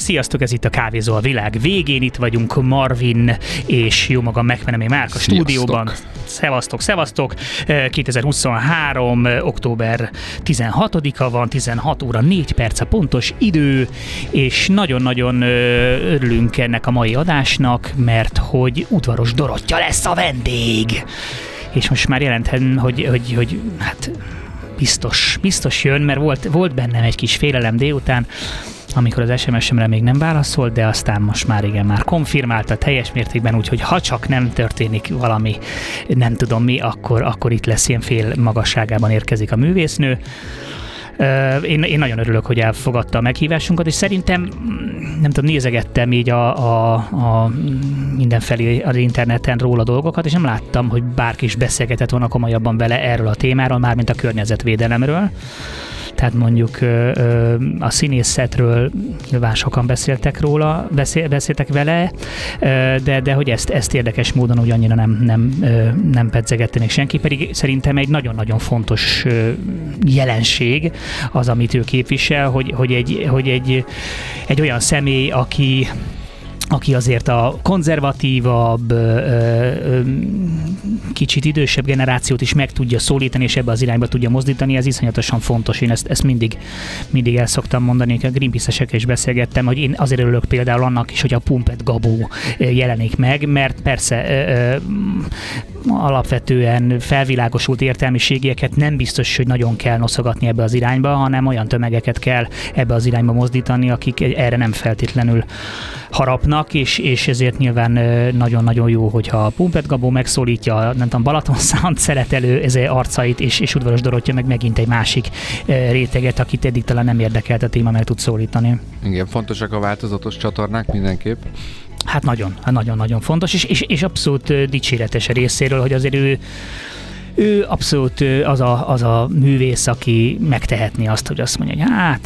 Sziasztok, ez itt a Kávézó a világ végén, itt vagyunk Marvin és jó magam Megmenemé Márk a stúdióban. Szevasztok! 2023. október 16-a van, 16 óra 4 perc a pontos idő, és nagyon-nagyon örülünk ennek a mai adásnak, mert hogy Udvaros Dorottya lesz a vendég. És most már jelentem, hogy hát biztos jön, mert volt bennem egy kis félelem délután, amikor az SMS-emre még nem válaszolt, de aztán most már igen, már konfirmálta teljes mértékben, úgyhogy ha csak nem történik valami, nem tudom mi, akkor itt lesz, ilyen fél magasságában érkezik a művésznő. Én nagyon örülök, hogy elfogadta a meghívásunkat, és szerintem, nem tudom, nézegettem így a mindenfelé az interneten róla dolgokat, és nem láttam, hogy bárki is beszélgetett volna komolyabban vele erről a témáról, mármint a környezetvédelemről. Tehát mondjuk a színészetről nyilván sokan beszéltek róla, beszéltek vele, de hogy ezt érdekes módon úgy annyira nem pedzegette még senki, pedig szerintem egy nagyon-nagyon fontos jelenség az, amit ő képvisel, hogy egy olyan személy, aki azért a konzervatívabb, kicsit idősebb generációt is meg tudja szólítani, és ebbe az irányba tudja mozdítani, ez iszonyatosan fontos. Én ezt mindig el szoktam mondani, hogy a Greenpeace-esekkel is beszélgettem, hogy én azért örülök például annak is, hogy a Pumped Gabó jelenik meg, mert persze alapvetően felvilágosult értelmiségieket nem biztos, hogy nagyon kell noszogatni ebbe az irányba, hanem olyan tömegeket kell ebbe az irányba mozdítani, akik erre nem feltétlenül harapnak, és ezért nyilván nagyon-nagyon jó, hogyha a Pumped Gabó megszólítja, nem tudom, Balaton Sound szeretelő arcait, és Udvaros Dorottya meg megint egy másik réteget, akit eddig talán nem érdekelt a téma, meg tud szólítani. Igen, fontosak a változatos csatornák mindenképp. Hát nagyon-nagyon fontos, és abszolút dicséretes a részéről, hogy azért ő abszolút az a művész, aki megtehetné azt, hogy azt mondja, hogy hát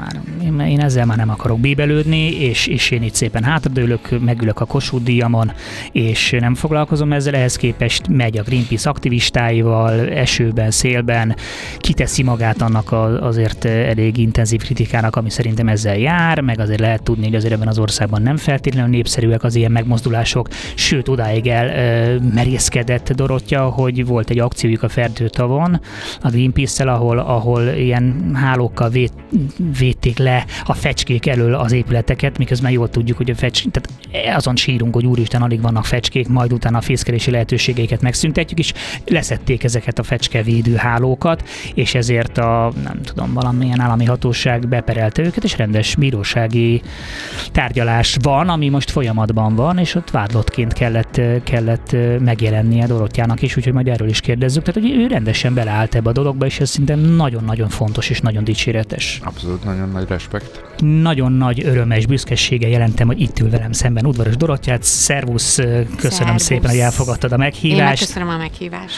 én ezzel már nem akarok bíbelődni, és én itt szépen hátradőlök, megülök a Kossuth díjamon, és nem foglalkozom ezzel, ehhez képest megy a Greenpeace aktivistáival, esőben, szélben, kiteszi magát annak azért elég intenzív kritikának, ami szerintem ezzel jár, meg azért lehet tudni, hogy azért ebben az országban nem feltétlenül népszerűek az ilyen megmozdulások, sőt odáig merészkedett Dorottya, hogy volt egy akciójuk a Ferdőtavon, a Greenpeace-szel, ahol ilyen hálókkal védték le a fecskék elől az épületeket, miközben jól tudjuk, hogy tehát azon sírunk, hogy úristen, alig vannak fecskék, majd utána a fészkelési lehetőségeiket megszüntetjük, és leszették ezeket a fecskevédő hálókat, és ezért valamilyen állami hatóság beperelte őket, és rendes bírósági tárgyalás van, ami most folyamatban van, és ott vádlottként kellett megjelennie Dorottyának is, úgyhogy majd erről is kérdezzük. Tehát, hogy ő rendesen beleállt ebbe a dologba, és ez szerintem nagyon-nagyon fontos és nagyon dicséretes. Abszolút, nagyon nagy respekt. Nagyon nagy örömmel és büszkeséggel jelentem, hogy itt ül velem szemben Udvaros Dorottyát. Szervusz, köszönöm szépen, hogy elfogadtad a meghívást. Én köszönöm a meghívást.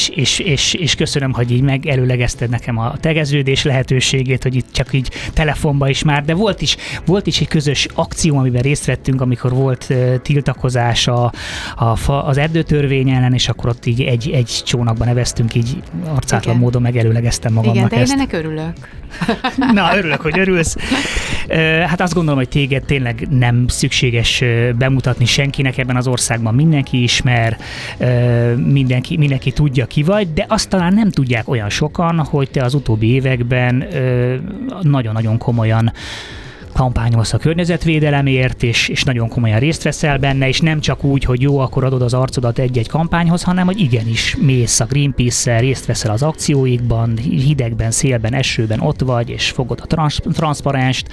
És köszönöm, hogy így megelőlegezted nekem a tegeződés lehetőségét, hogy itt csak így telefonba is már, de volt is egy közös akció, amiben részt vettünk, amikor volt tiltakozás az erdőtörvény ellen, és akkor ott így egy csónakban neveztünk, így arcátlan módon megelőlegeztem magamnak. Igen, de ezt. én ennek örülök. Na, örülök, hogy örülsz. Hát azt gondolom, hogy téged tényleg nem szükséges bemutatni senkinek, ebben az országban mindenki ismer, mindenki tudja ki vagy, de azt talán nem tudják olyan sokan, hogy te az utóbbi években nagyon-nagyon komolyan kampányolsz a környezetvédelemért, és nagyon komolyan részt veszel benne, és nem csak úgy, hogy jó, akkor adod az arcodat egy-egy kampányhoz, hanem hogy igenis mész a Greenpeace-szel, részt veszel az akcióikban, hidegben, szélben, esőben ott vagy, és fogod a transzparenst,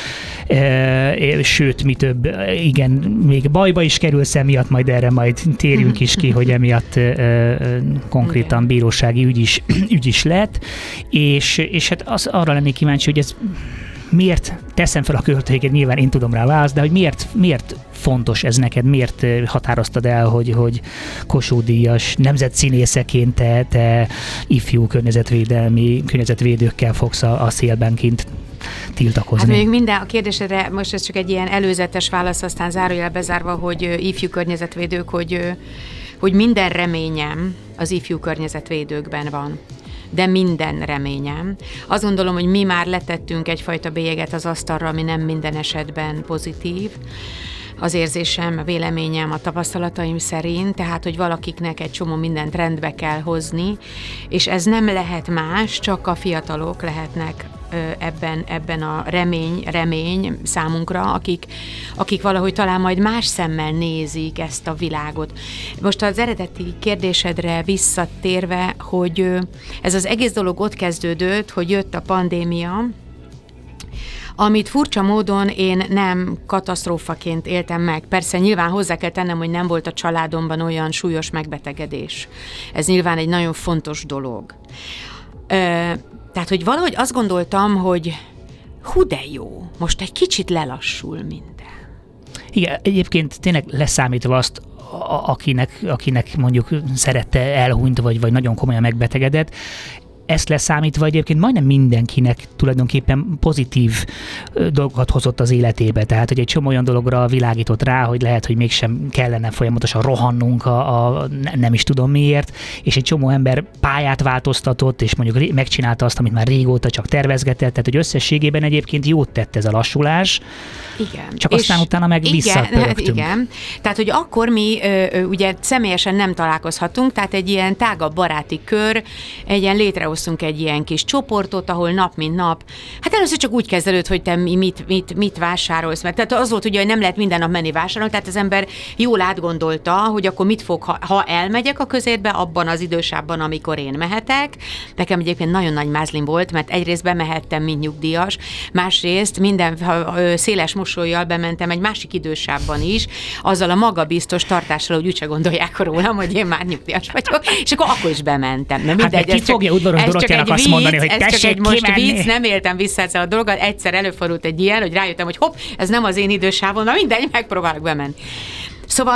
sőt, mi több, igen, még bajba is kerülsz emiatt, majd erre térjünk is ki, hogy emiatt konkrétan bírósági ügy is lett, és hát arra lennék kíváncsi, hogy ez miért teszem fel a költőiket, nyilván én tudom rá választ, de hogy miért fontos ez neked, miért határoztad el, hogy Kossuth díjas nemzetszínészeként te ifjú környezetvédőkkel fogsz a szélben kint tiltakozni? Hát mondjuk a kérdésedre most ez csak egy ilyen előzetes válasz, aztán zárójel bezárva, hogy ifjú környezetvédők, hogy minden reményem az ifjú környezetvédőkben van. de minden reményem. Azt gondolom, hogy mi már letettünk egyfajta bélyeget az asztalra, ami nem minden esetben pozitív. Az érzésem, a véleményem, a tapasztalataim szerint, tehát, hogy valakiknek egy csomó mindent rendbe kell hozni, és ez nem lehet más, csak a fiatalok lehetnek ebben a remény számunkra, akik valahogy talán majd más szemmel nézik ezt a világot. Most az eredeti kérdésedre visszatérve, hogy ez az egész dolog ott kezdődött, hogy jött a pandémia, amit furcsa módon én nem katasztrófaként éltem meg. Persze nyilván hozzá kell tennem, hogy nem volt a családomban olyan súlyos megbetegedés. Ez nyilván egy nagyon fontos dolog. Tehát, hogy valahogy azt gondoltam, hogy hú de jó, most egy kicsit lelassul minden. Igen, egyébként tényleg leszámítva azt, akinek mondjuk szerette elhunyt, vagy nagyon komolyan megbetegedett, ezt leszámítva egyébként majdnem mindenkinek tulajdonképpen pozitív dolgokat hozott az életébe. Tehát, hogy egy csomó olyan dologra világított rá, hogy lehet, hogy mégsem kellene folyamatosan rohannunk nem is tudom miért, és egy csomó ember pályát változtatott, és mondjuk megcsinálta azt, amit már régóta csak tervezgetett, tehát, hogy összességében egyébként jót tett ez a lassulás. Igen. Csak aztán utána meg visszapörögtünk. Igen. Tehát, hogy akkor mi ugye személyesen nem találkozhatunk, tehát egy ilyen tágabb baráti kör, egy ilyen létrehoztunk egy ilyen kis csoportot, ahol nap mint nap, hát először csak úgy kezdődött, hogy te mit vásárolsz, mert tehát az volt ugye, hogy nem lehet minden nap menni vásárolni, tehát az ember jól átgondolta, hogy akkor mit fog, ha elmegyek a közértbe, abban az idősávban, amikor én mehetek. Nekem egyébként nagyon nagy mázlim volt, mert egyrészt bemehettem, mint nyugdíjas, másrészt minden széles mosollyal bementem egy másik idősávban is, azzal a magabiztos tartással, hogy úgyse gondolják rólam, hogy én már nyugdíjas vagyok, és akkor is bementem. Na, mindegy, hát ki fogja udvaros Dorottyának azt mondani, hogy tessék most vicc, nem éltem vissza ezzel a dolgot, egyszer előfordult egy ilyen, hogy rájöttem, hogy hopp, ez nem az én idősávon, na mindegy, megpróbálok bemenni. Szóval,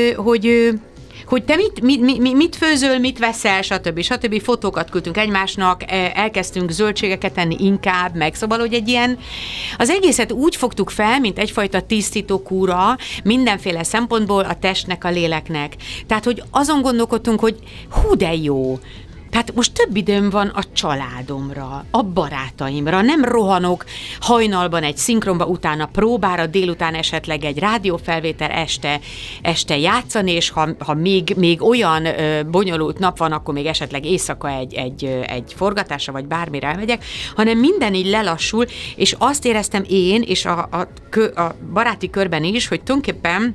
hogy te mit főzöl, mit veszel, stb. Fotókat küldtünk egymásnak, elkezdtünk zöldségeket enni inkább, meg szóval, hogy egy ilyen, az egészet úgy fogtuk fel, mint egyfajta tisztítókúra, mindenféle szempontból a testnek, a léleknek. Tehát, hogy azon gondolkodtunk, hogy hú de jó, tehát most több időm van a családomra, a barátaimra, nem rohanok hajnalban egy szinkronba, utána próbára, délután esetleg egy rádiófelvétel, este játszani, és ha még olyan bonyolult nap van, akkor még esetleg éjszaka egy forgatásra, vagy bármire elmegyek, hanem minden így lelassul, és azt éreztem én, és a baráti körben is, hogy tulajdonképpen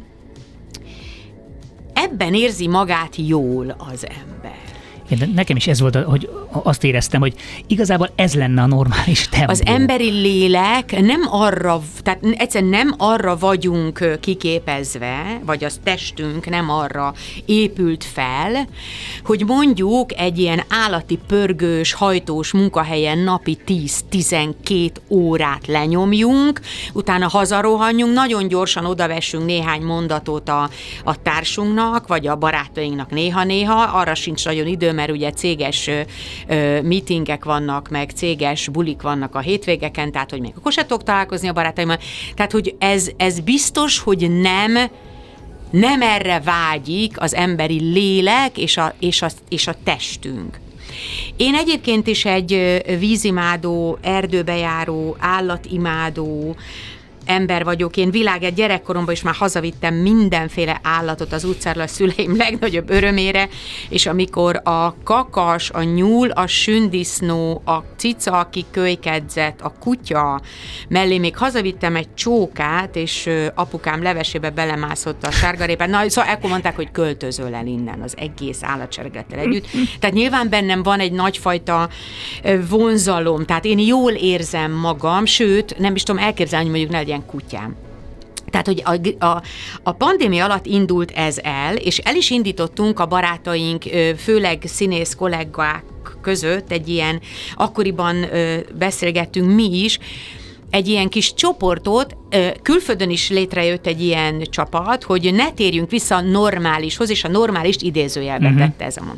ebben érzi magát jól az ember. Nekem is ez volt, hogy azt éreztem, hogy igazából ez lenne a normális tempó. Az emberi lélek nem arra, tehát egyszerűen nem arra vagyunk kiképezve, vagy az testünk nem arra épült fel, hogy mondjuk egy ilyen állati pörgős, hajtós munkahelyen napi 10-12 órát lenyomjunk, utána hazarohanjunk, nagyon gyorsan odavessünk néhány mondatot a társunknak, vagy a barátainknak néha-néha, arra sincs nagyon idő, mert ugye céges meetingek vannak, meg céges bulik vannak a hétvégeken, tehát hogy még akkor se tudok találkozni a barátaimmal. Tehát, hogy ez biztos, hogy nem erre vágyik az emberi lélek és a testünk. Én egyébként is egy vízimádó, erdőbejáró, állatimádó ember vagyok. Én gyerekkoromban is már hazavittem mindenféle állatot az utcára a szüleim legnagyobb örömére, és amikor a kakas, a nyúl, a sündisznó, a cica, aki kölykedzett, a kutya mellé még hazavittem egy csókát, és apukám levesébe belemászott a sárgarépát. Na, szóval akkor mondták, hogy költözöl el innen az egész állatsereglettel együtt. Tehát nyilván bennem van egy nagyfajta vonzalom, tehát én jól érzem magam, sőt, nem is tudom elképzelni, hogy mondjuk ne legyen kutyám. Tehát, hogy a pandémia alatt indult ez el, és el is indítottunk a barátaink, főleg színész kollégák között egy ilyen, akkoriban beszélgettünk mi is, egy ilyen kis csoportot, külföldön is létrejött egy ilyen csapat, hogy ne térjünk vissza a normálishoz, és a normálist idézőjelben tette ez a mondat.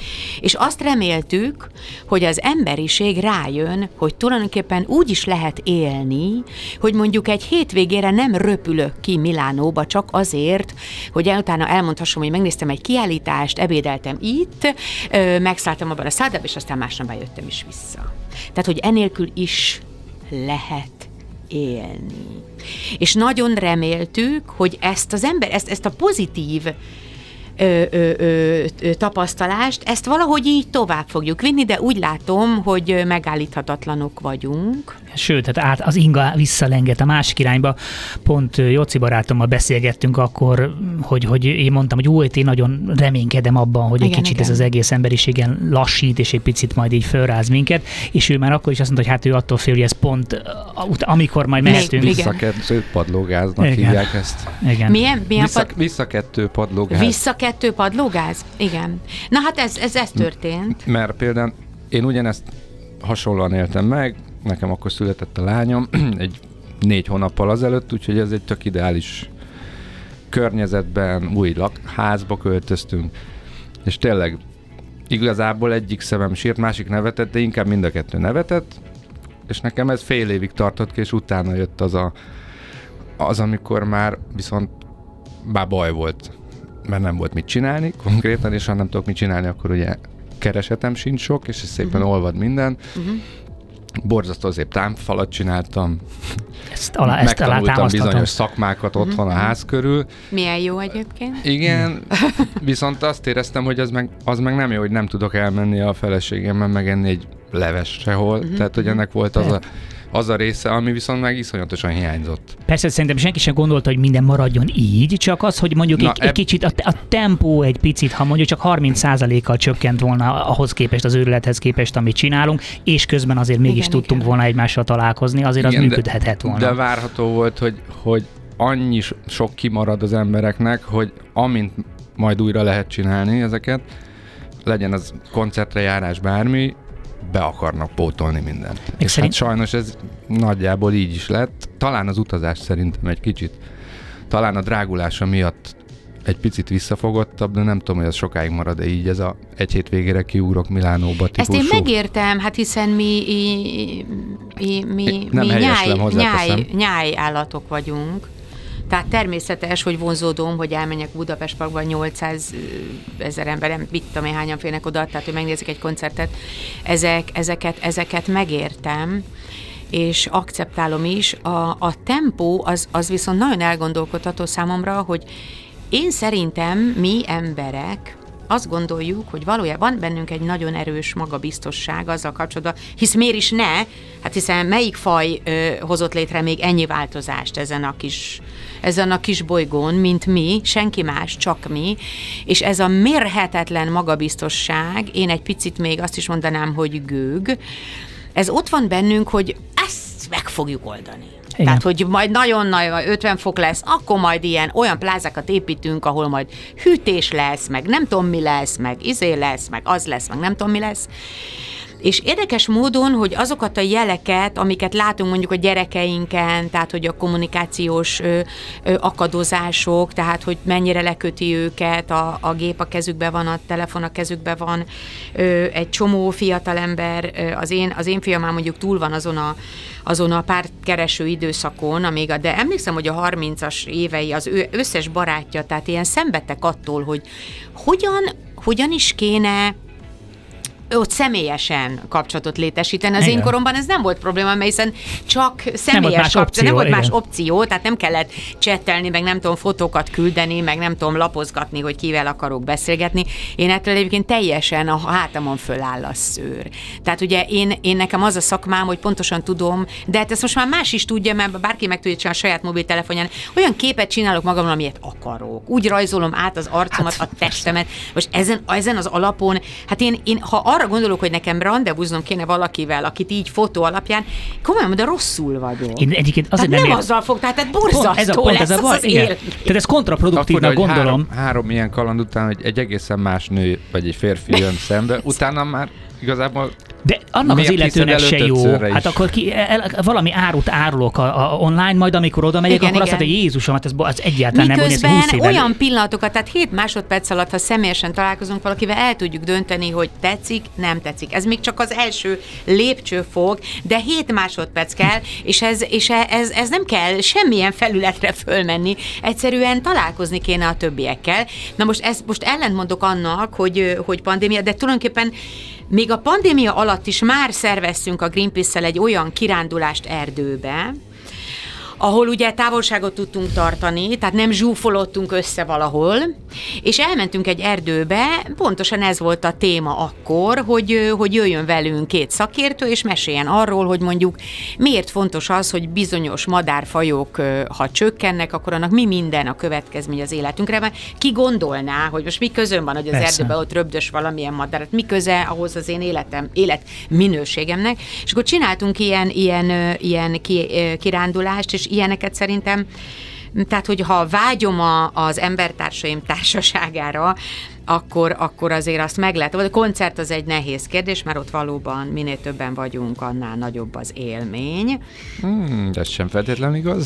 És azt reméltük, hogy az emberiség rájön, hogy tulajdonképpen úgy is lehet élni, hogy mondjuk egy hétvégére nem röpülök ki Milánóba csak azért, hogy utána elmondhassam, hogy megnéztem egy kiállítást, ebédeltem itt, megszálltam abban a szállodában, és aztán másnap jöttem is vissza. Tehát, hogy enélkül is lehet élni. És nagyon reméltük, hogy ezt az ember, ezt a pozitív tapasztalást, ezt valahogy így tovább fogjuk vinni, de úgy látom, hogy megállíthatatlanok vagyunk. Sőt, tehát az inga visszalenget a másik irányba. Pont Jóci barátommal beszélgettünk akkor, hogy én mondtam, hogy én nagyon reménykedem abban, hogy egy kicsit ez az egész emberiségen lassít, és egy picit majd így fölráz minket, és ő már akkor is azt mondta, hogy hát ő attól fél, hogy ez pont amikor majd mehetünk. Visszakettő padlógáznak hívják ezt. Igen. Milyen Visszakettő padlógáz. Visszakettő padlógáz? Igen. Na hát ez történt. Mert például én ugyanezt hasonlóan éltem meg, nekem akkor született a lányom, egy 4 hónappal azelőtt, úgyhogy ez egy tök ideális környezetben, új házba költöztünk, és tényleg igazából egyik szemem sírt, másik nevetett, de inkább mind a kettő nevetett, és nekem ez fél évig tartott ki, és utána jött az amikor már viszont bár baj volt, mert nem volt mit csinálni konkrétan, és ha nem tudok mit csinálni, akkor ugye keresetem sincs sok, és szépen olvad minden. Borzasztó szép támfalat csináltam. Megtanultam bizonyos szakmákat otthon a ház körül. Milyen jó egyébként. Igen, viszont azt éreztem, hogy az meg nem jó, hogy nem tudok elmenni a feleségemmel megenni egy leves sehol. Tehát, hogy ennek volt az a része, ami viszont meg iszonyatosan hiányzott. Persze szerintem senki sem gondolta, hogy minden maradjon így, csak az, hogy mondjuk egy kicsit a tempó egy picit, ha mondjuk csak 30%-kal csökkent volna ahhoz képest, az őrülethez képest, amit csinálunk, és közben azért mégis tudtunk volna egymással találkozni, azért az működhetett volna. De várható volt, hogy annyi sok kimarad az embereknek, hogy amint majd újra lehet csinálni ezeket, legyen az koncertre járás, bármi, be akarnak pótolni mindent. És hát sajnos ez nagyjából így is lett. Talán az utazás szerintem egy kicsit, talán a drágulása miatt egy picit visszafogottabb, de nem tudom, hogy az sokáig marad-e így, ez a egy hétvégére kiúrok Milánóba típusú. Ezt én megértem, hát hiszen mi nyáj állatok vagyunk. Tehát természetes, hogy vonzódom, hogy elmenjek Budapest Parkban 800 000 ember, nem tudom én hányan félnek oda, tehát hogy megnézik egy koncertet. Ezeket megértem, és akceptálom is. A tempó az viszont nagyon elgondolkodható számomra, hogy én szerintem mi emberek azt gondoljuk, hogy valójában bennünk egy nagyon erős magabiztosság azzal kapcsolatban, hisz miért is ne? Hát hiszen melyik faj hozott létre még ennyi változást ezen a kis bolygón, mint mi, senki más, csak mi, és ez a mérhetetlen magabiztosság, én egy picit még azt is mondanám, hogy gőg, ez ott van bennünk, hogy ezt meg fogjuk oldani. Igen. Tehát, hogy majd nagyon-nagyon 50 fok lesz, akkor majd olyan plázákat építünk, ahol majd hűtés lesz, meg nem tudom mi lesz, meg lesz, meg az lesz, meg nem tudom mi lesz. És érdekes módon, hogy azokat a jeleket, amiket látunk mondjuk a gyerekeinken, tehát hogy a kommunikációs akadozások, tehát hogy mennyire leköti őket, a gép a kezükbe van, a telefon a kezükbe van, egy csomó fiatalember, az én fiam már mondjuk túl van azon a pártkereső időszakon, de emlékszem, hogy a 30-as évei az összes barátja, tehát ilyen szenvedtek attól, hogy hogyan is kéne ott személyesen kapcsolatot létesíteni. Az én koromban ez nem volt probléma, mert hiszen csak személyes kapcsolat, nem volt más opció, tehát nem kellett csettelni, meg nem tudom fotókat küldeni, meg nem tudom lapozgatni, hogy kivel akarok beszélgetni. Én ettől egyébként teljesen a hátamon föláll a szőr. Tehát ugye én nekem az a szakmám, hogy pontosan tudom, de hát ezt most már más is tudja, mert bárki meg tudja csinálni a saját mobiltelefonján. Olyan képet csinálok magamról, amilyet akarok. Úgy rajzolom át az arcomat, a testemet. Most ezen az alapon, hát én ha arra gondolok, hogy nekem randevúznom kéne valakivel, akit így fotó alapján, komolyan, de rosszul vagyok. Én egyébként azért nem azzal fog, tehát borzasztó lesz az élet. Tehát ez kontraproduktívnak gondolom. Három ilyen kaland után, hogy egy egészen más nő, vagy egy férfi jön szembe, utána már igazából De annak Miért az illetőnek se jó. Hát is? akkor valami árut árulok online, majd amikor oda megyek, akkor azt mondja, hogy Jézusom, hát ez egyáltalán nem néz ki 20 éve. Olyan pillanatokat, tehát 7 másodperc alatt, ha személyesen találkozunk valakivel, el tudjuk dönteni, hogy tetszik, nem tetszik. Ez még csak az első lépcsőfok, de 7 másodperc kell, és ez nem kell semmilyen felületre fölmenni. Egyszerűen találkozni kéne a többiekkel. Na most ellentmondok annak, hogy pandémia, de tulajdonképpen még a pandémia alatt is már szerveztünk a Greenpeace-szel egy olyan kirándulást erdőbe, ahol ugye távolságot tudtunk tartani, tehát nem zsúfolottunk össze valahol, és elmentünk egy erdőbe, pontosan ez volt a téma akkor, hogy jöjjön velünk 2 szakértő, és meséljen arról, hogy mondjuk miért fontos az, hogy bizonyos madárfajok, ha csökkennek, akkor annak mi minden a következmény az életünkre, mert ki gondolná, hogy most mi közön van, hogy az erdőben ott röbdös valamilyen madár, mi köze ahhoz az én életminőségemnek, és akkor csináltunk ilyen kirándulást, és ilyeneket szerintem, tehát hogyha vágyom az embertársaim társaságára, akkor azért azt meg lehet. A koncert az egy nehéz kérdés, mert ott valóban minél többen vagyunk, annál nagyobb az élmény. Ez sem feltétlenül igaz.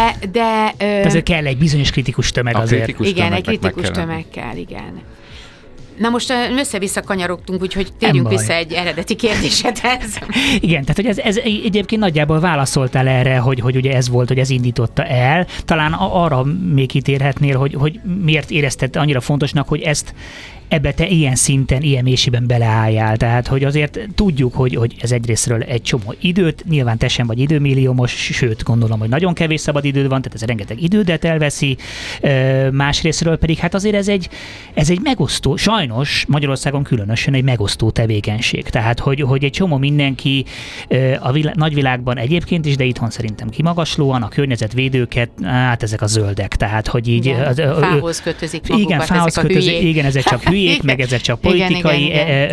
De ezért kell egy bizonyos kritikus tömeg azért. Igen, egy kritikus tömeg kell, igen. Na most össze-vissza kanyarogtunk, úgyhogy térjünk vissza egy eredeti kérdésedhez. Igen, tehát hogy ez egyébként nagyjából válaszoltál erre, hogy ugye ez volt, hogy ez indította el. Talán arra még kitérhetnél, hogy miért érezted annyira fontosnak, hogy ezt ebbe te ilyen szinten, ilyen mélységben beleálljál. Tehát, hogy azért tudjuk, hogy ez egyrésztről egy csomó időt, nyilván te sem vagy időmilliómos, sőt, gondolom, hogy nagyon kevés szabad időd van, tehát ez rengeteg idődet elveszi. Másrésztről pedig hát azért ez egy megosztó, sajnos Magyarországon különösen egy megosztó tevékenység. Tehát, hogy egy csomó mindenki a nagyvilágban egyébként is, de itthon szerintem kimagaslóan, a környezetvédőket, hát ezek a zöldek. Tehát, hogy így... Igen, fához kötözik magukat, igen, fához kötözik, igen, ezek csak hülyék, meg ezek csak politikai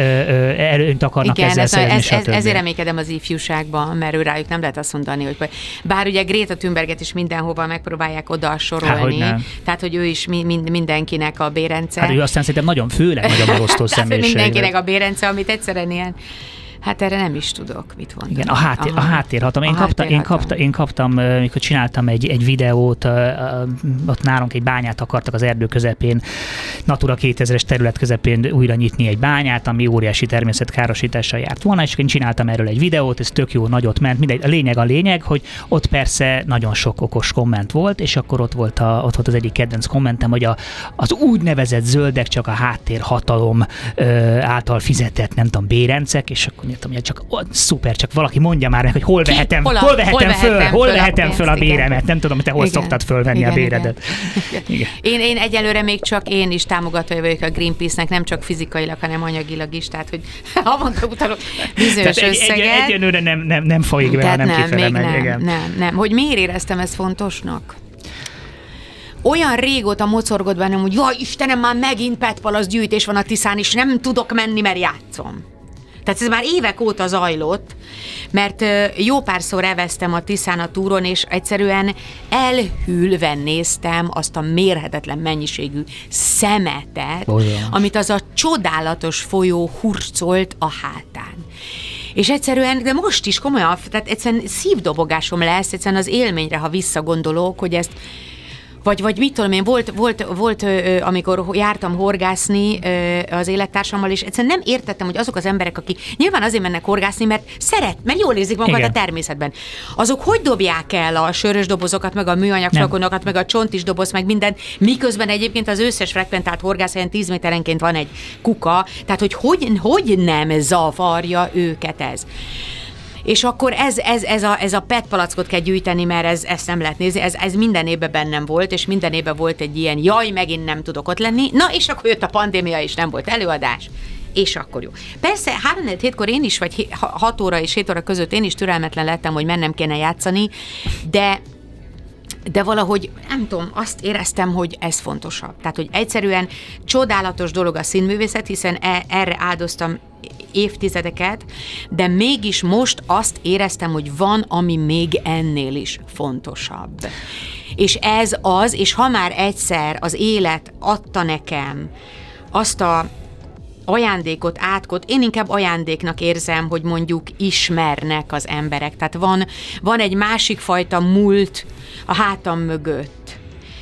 előnyt akarnak ezzel szerezni, stb. Ezért reménykedem az ifjúságban, mert ő rájuk nem lehet azt mondani, hogy bár ugye Greta Thunberget is mindenhova megpróbálják oda sorolni, tehát hogy ő is mindenkinek a bérence. Hát ő aztán szerintem nagyon megosztó személyiség. Mindenkinek a bérence, amit egyszerűen ilyen. Hát erre nem is tudok mit mondani. Igen, a háttérhatalom. Én kaptam, mikor csináltam egy videót, ott nálunk egy bányát akartak az erdő közepén, Natura 2000-es terület közepén újra nyitni egy bányát, ami óriási természetkárosítással járt volna, és én csináltam erről egy videót, ez tök jó, nagyot ment, mindegy. A lényeg, hogy ott persze nagyon sok okos komment volt, és akkor ott volt az egyik kedvenc kommentem, hogy az úgynevezett zöldek csak a háttérhatalom által fizetett, nem tudom, bérencek, és akkor csak szuper, csak valaki mondja már meg, hogy hol vehetem föl a béremet. Nem tudom, hogy te hol szoktad fölvenni a béredet. Igen. Én egyelőre még csak én is támogatója vagyok a Greenpeace-nek, nem csak fizikailag, hanem anyagilag is, tehát hogy havonta utalok bizonyos összeget. Egyelőre nem folyik be, nem kifele meg. Nem. Hogy miért éreztem ezt fontosnak? Olyan régóta mocorgott bennem, hogy jaj, Istenem, már megint petpalasz gyűjtés van a Tiszán, és nem tudok menni, mert játszom. Tehát ez már évek óta zajlott, mert jó párszor eveztem a Tiszán a túron, és egyszerűen elhűlve néztem azt a mérhetetlen mennyiségű szemetet, amit az a csodálatos folyó hurcolt a hátán. És egyszerűen, de most is komolyan, tehát egyszerűen szívdobogásom lesz, egyszerűen az élményre, ha visszagondolok, hogy ezt vagy mit tudom én, volt amikor jártam horgászni az élettársammal, és egyszerűen nem értettem, hogy azok az emberek, akik nyilván azért mennek horgászni, mert jól érzik magukat a természetben. Azok hogy dobják el a sörös dobozokat, meg a műanyag flakonokat, meg a csontis doboz, meg minden, miközben egyébként az összes frekventált horgászhelyen 10 méterenként van egy kuka, tehát hogy nem zavarja őket ez. És akkor ez a PET palackot kell gyűjteni, mert ezt nem lehet nézni, ez minden évben bennem volt, és minden évben volt egy ilyen, jaj, megint nem tudok ott lenni, na és akkor jött a pandémia, és nem volt előadás, és akkor jó. Persze 3-7-kor én is, vagy 6 óra és 7 óra között én is türelmetlen lettem, hogy mennem kéne játszani, de valahogy, nem tudom, azt éreztem, hogy ez fontosabb. Tehát, hogy egyszerűen csodálatos dolog a színművészet, hiszen erre áldoztam évtizedeket, de mégis most azt éreztem, hogy van, ami még ennél is fontosabb. És ez az, és ha már egyszer az élet adta nekem azt ajándékot, átkot, én inkább ajándéknak érzem, hogy mondjuk ismernek az emberek. Tehát van egy másik fajta múlt a hátam mögött.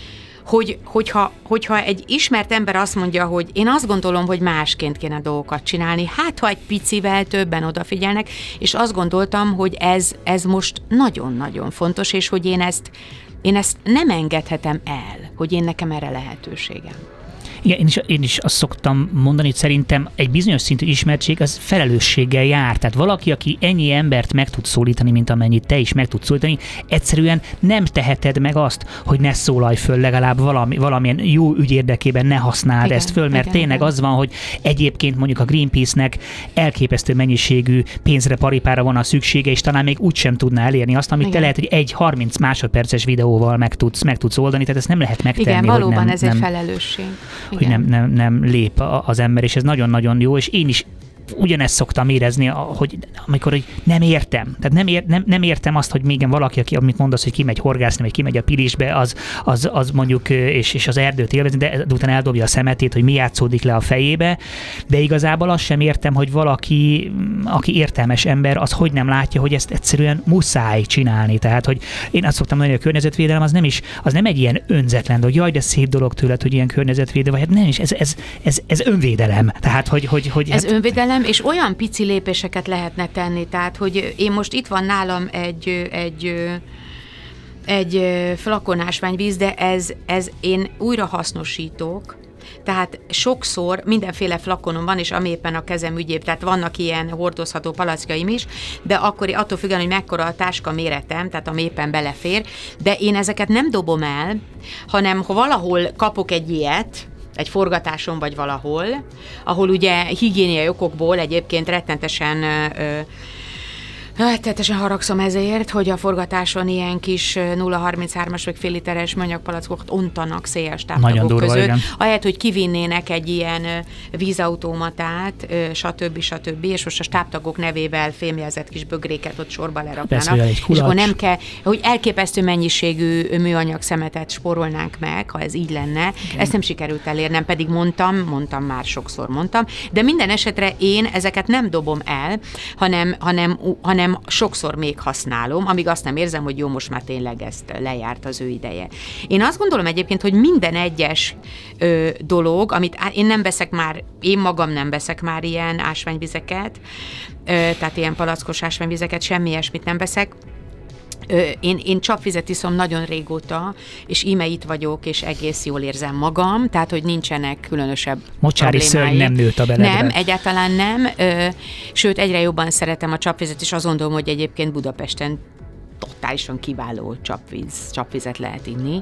Hogyha egy ismert ember azt mondja, hogy én azt gondolom, hogy másként kéne dolgokat csinálni, hát ha egy picivel többen odafigyelnek, és azt gondoltam, hogy ez most nagyon-nagyon fontos, és hogy én ezt nem engedhetem el, hogy nekem erre lehetőségem. Igen, én is azt szoktam mondani, hogy szerintem egy bizonyos szintű ismertség az felelősséggel jár. Tehát valaki, aki ennyi embert meg tud szólítani, mint amennyit te is meg tudsz szólítani, egyszerűen nem teheted meg azt, hogy ne szólalj föl legalább valamilyen jó ügy érdekében, ne használd ezt föl, mert tényleg az van, hogy egyébként mondjuk a Greenpeace-nek elképesztő mennyiségű pénzre, paripára van a szüksége, és talán még úgysem tudná elérni azt, amit te lehet, hogy egy 30 másodperces videóval meg tudsz oldani, tehát ezt nem lehet megtenni. Igen, valóban hogy ez egy felelősség. Hogy nem lép az ember, és ez nagyon-nagyon jó, és én is ugyanezt szoktam érezni, hogy amikor nem értem. Tehát nem értem azt, hogy még valaki, amit mondasz, hogy kimegy horgászni, vagy kimegy a Pilisbe, az mondjuk, és az erdőt élvezni, de utána eldobja a szemetét, hogy mi játszódik le a fejébe, de igazából azt sem értem, hogy valaki, aki értelmes ember, az hogy nem látja, hogy ezt egyszerűen muszáj csinálni. Tehát, hogy én azt szoktam mondani, hogy a környezetvédelem az nem egy ilyen önzetlen, hogy jaj, de szép dolog tőled, hogy ilyen környezetvédő vagy. Hát nem is, ez önvédelem. Tehát, hogy ez önvédelem, és olyan pici lépéseket lehetne tenni, tehát, hogy én most itt van nálam egy flakon ásványvíz, de ez én újra hasznosítok, tehát sokszor mindenféle flakonom van, és ami éppen a kezem ügyébb, tehát vannak ilyen hordozható palackaim is, de akkor attól függően, hogy mekkora a táska méretem, tehát ami éppen belefér, de én ezeket nem dobom el, hanem ha valahol kapok egy ilyet, egy forgatáson vagy valahol, ahol ugye higiéniai okokból egyébként rettentesen haragszom ezért, hogy a forgatáson ilyen kis 0,33-as vagy fél literes műanyagpalackokat ontanak széles táptagok között. Igen. Ahelyett, hogy kivinnének egy ilyen vízautomatát, stb. És most a táptagok nevével fémjelzett kis bögréket ott sorba leraknának. És akkor nem kell, hogy elképesztő mennyiségű műanyag szemetet spórolnánk meg, ha ez így lenne. Igen. Ezt nem sikerült elérnem, pedig mondtam, már sokszor mondtam, de minden esetre én ezeket nem dobom el, hanem sokszor még használom, amíg azt nem érzem, hogy jó, most már tényleg ezt lejárt az ő ideje. Én azt gondolom egyébként, hogy minden egyes dolog, amit én magam nem veszek már ilyen ásványvizeket, tehát ilyen palackos ásványvizeket, semmi ilyesmit nem veszek. Én csapvizet iszom nagyon régóta, és íme itt vagyok, és egész jól érzem magam, tehát, hogy nincsenek különösebb mocsári szörny nem nőtt a beledbe. Nem, egyáltalán nem. Sőt, egyre jobban szeretem a csapvizet, és azt gondolom, hogy egyébként Budapesten totálisan kiváló csapvizet lehet inni.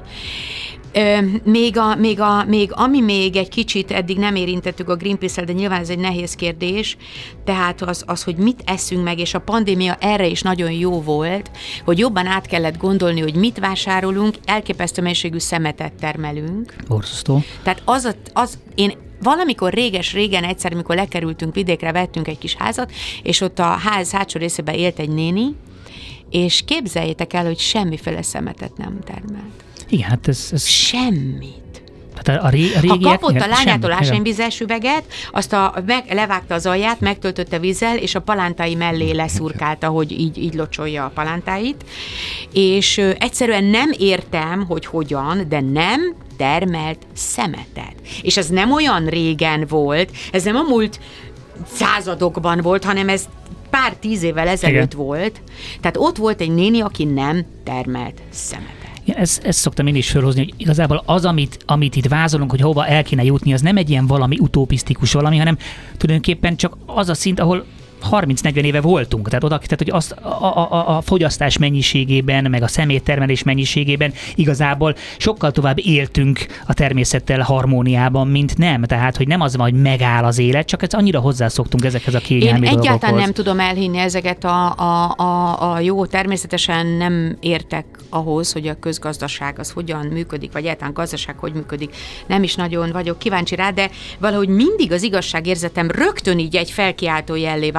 Ami még egy kicsit eddig nem érintettük a Greenpeace-el, de nyilván ez egy nehéz kérdés, tehát az, hogy mit eszünk meg, és a pandémia erre is nagyon jó volt, hogy jobban át kellett gondolni, hogy mit vásárolunk, elképesztő mennyiségű szemetet termelünk. Borzasztó. Tehát én valamikor régen egyszer, amikor lekerültünk vidékre, vettünk egy kis házat, és ott a ház hátsó részében élt egy néni, és képzeljétek el, hogy semmiféle szemetet nem termelt. Igen, hát ez... Semmit. Tehát a régiek... Ha kapott a lányától ásványvizes üveget, azt levágta az alját, megtöltötte vízzel, és a palántái mellé leszurkálta, hogy így locsolja a palántáit. És egyszerűen nem értem, hogy hogyan, de nem termelt szemetet. És ez nem olyan régen volt, ez nem a múlt századokban volt, hanem ez pár 10 évvel ezelőtt volt. Tehát ott volt egy néni, aki nem termelt szemetet. Ja, ezt szoktam én is felhozni, hogy igazából az, amit itt vázolunk, hogy hova el kéne jutni, az nem egy ilyen valami utopisztikus valami, hanem tulajdonképpen csak az a szint, ahol 30-40 éve voltunk. Tehát hogy azt a fogyasztás mennyiségében, meg a szeméttermelés mennyiségében igazából sokkal tovább éltünk a természettel harmóniában, mint nem. Tehát, hogy nem az van, hogy megáll az élet, csak annyira hozzászoktunk ezekhez a kényelmi dolgokhoz. Én egyáltalán nem tudom elhinni ezeket a jó, természetesen nem értek ahhoz, hogy a közgazdaság az hogyan működik, vagy egyáltalán gazdaság hogy működik. Nem is nagyon vagyok kíváncsi rá, de valahogy mindig az igazságérzetem rögtön így egy felkiáltó jellé vált,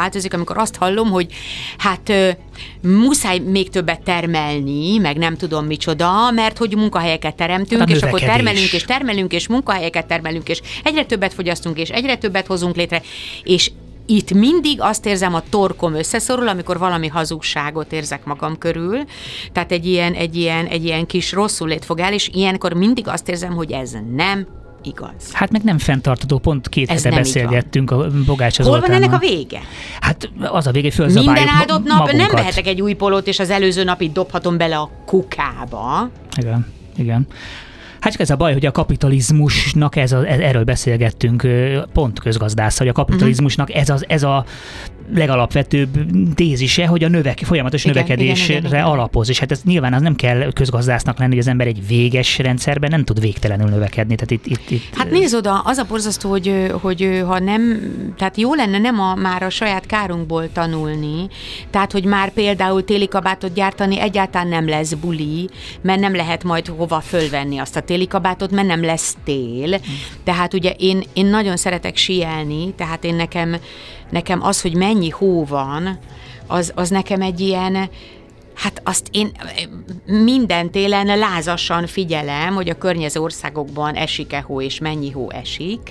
változik, amikor azt hallom, hogy hát muszáj még többet termelni, meg nem tudom micsoda, mert hogy munkahelyeket teremtünk, hát és akkor termelünk, és munkahelyeket termelünk, és egyre többet fogyasztunk, és egyre többet hozunk létre, és itt mindig azt érzem, a torkom összeszorul, amikor valami hazugságot érzek magam körül, tehát egy ilyen kis rosszul fog el, és ilyenkor mindig azt érzem, hogy ez nem igaz. Hát meg nem fenntartató, pont 2 hete beszélgettünk a Bogácsa Zoltánnal. Hol van ennek a vége? Hát az a vége, hogy fölzabáljuk minden áldott nap magunkat. nem vehetek egy új polót, és az előző napit dobhatom bele a kukába. Igen. Hát csak ez a baj, hogy a kapitalizmusnak erről beszélgettünk pont közgazdász, hogy a kapitalizmusnak ez a legalapvetőbb tézise, hogy a folyamatos növekedésre alapoz, és hát ez nyilván az nem kell közgazdásznak lenni, hogy az ember egy véges rendszerben nem tud végtelenül növekedni. Tehát itt... Hát nézd oda, az a borzasztó, hogy ha nem, tehát jó lenne nem már a saját kárunkból tanulni, tehát hogy már például téli kabátot gyártani egyáltalán nem lesz buli, mert nem lehet majd hova fölvenni azt a téli kabátot, mert nem lesz tél. Tehát ugye én nagyon szeretek síelni, tehát nekem az, hogy mennyi hó van, az nekem egy ilyen, hát azt én minden télen lázasan figyelem, hogy a környező országokban esik-e hó, és mennyi hó esik.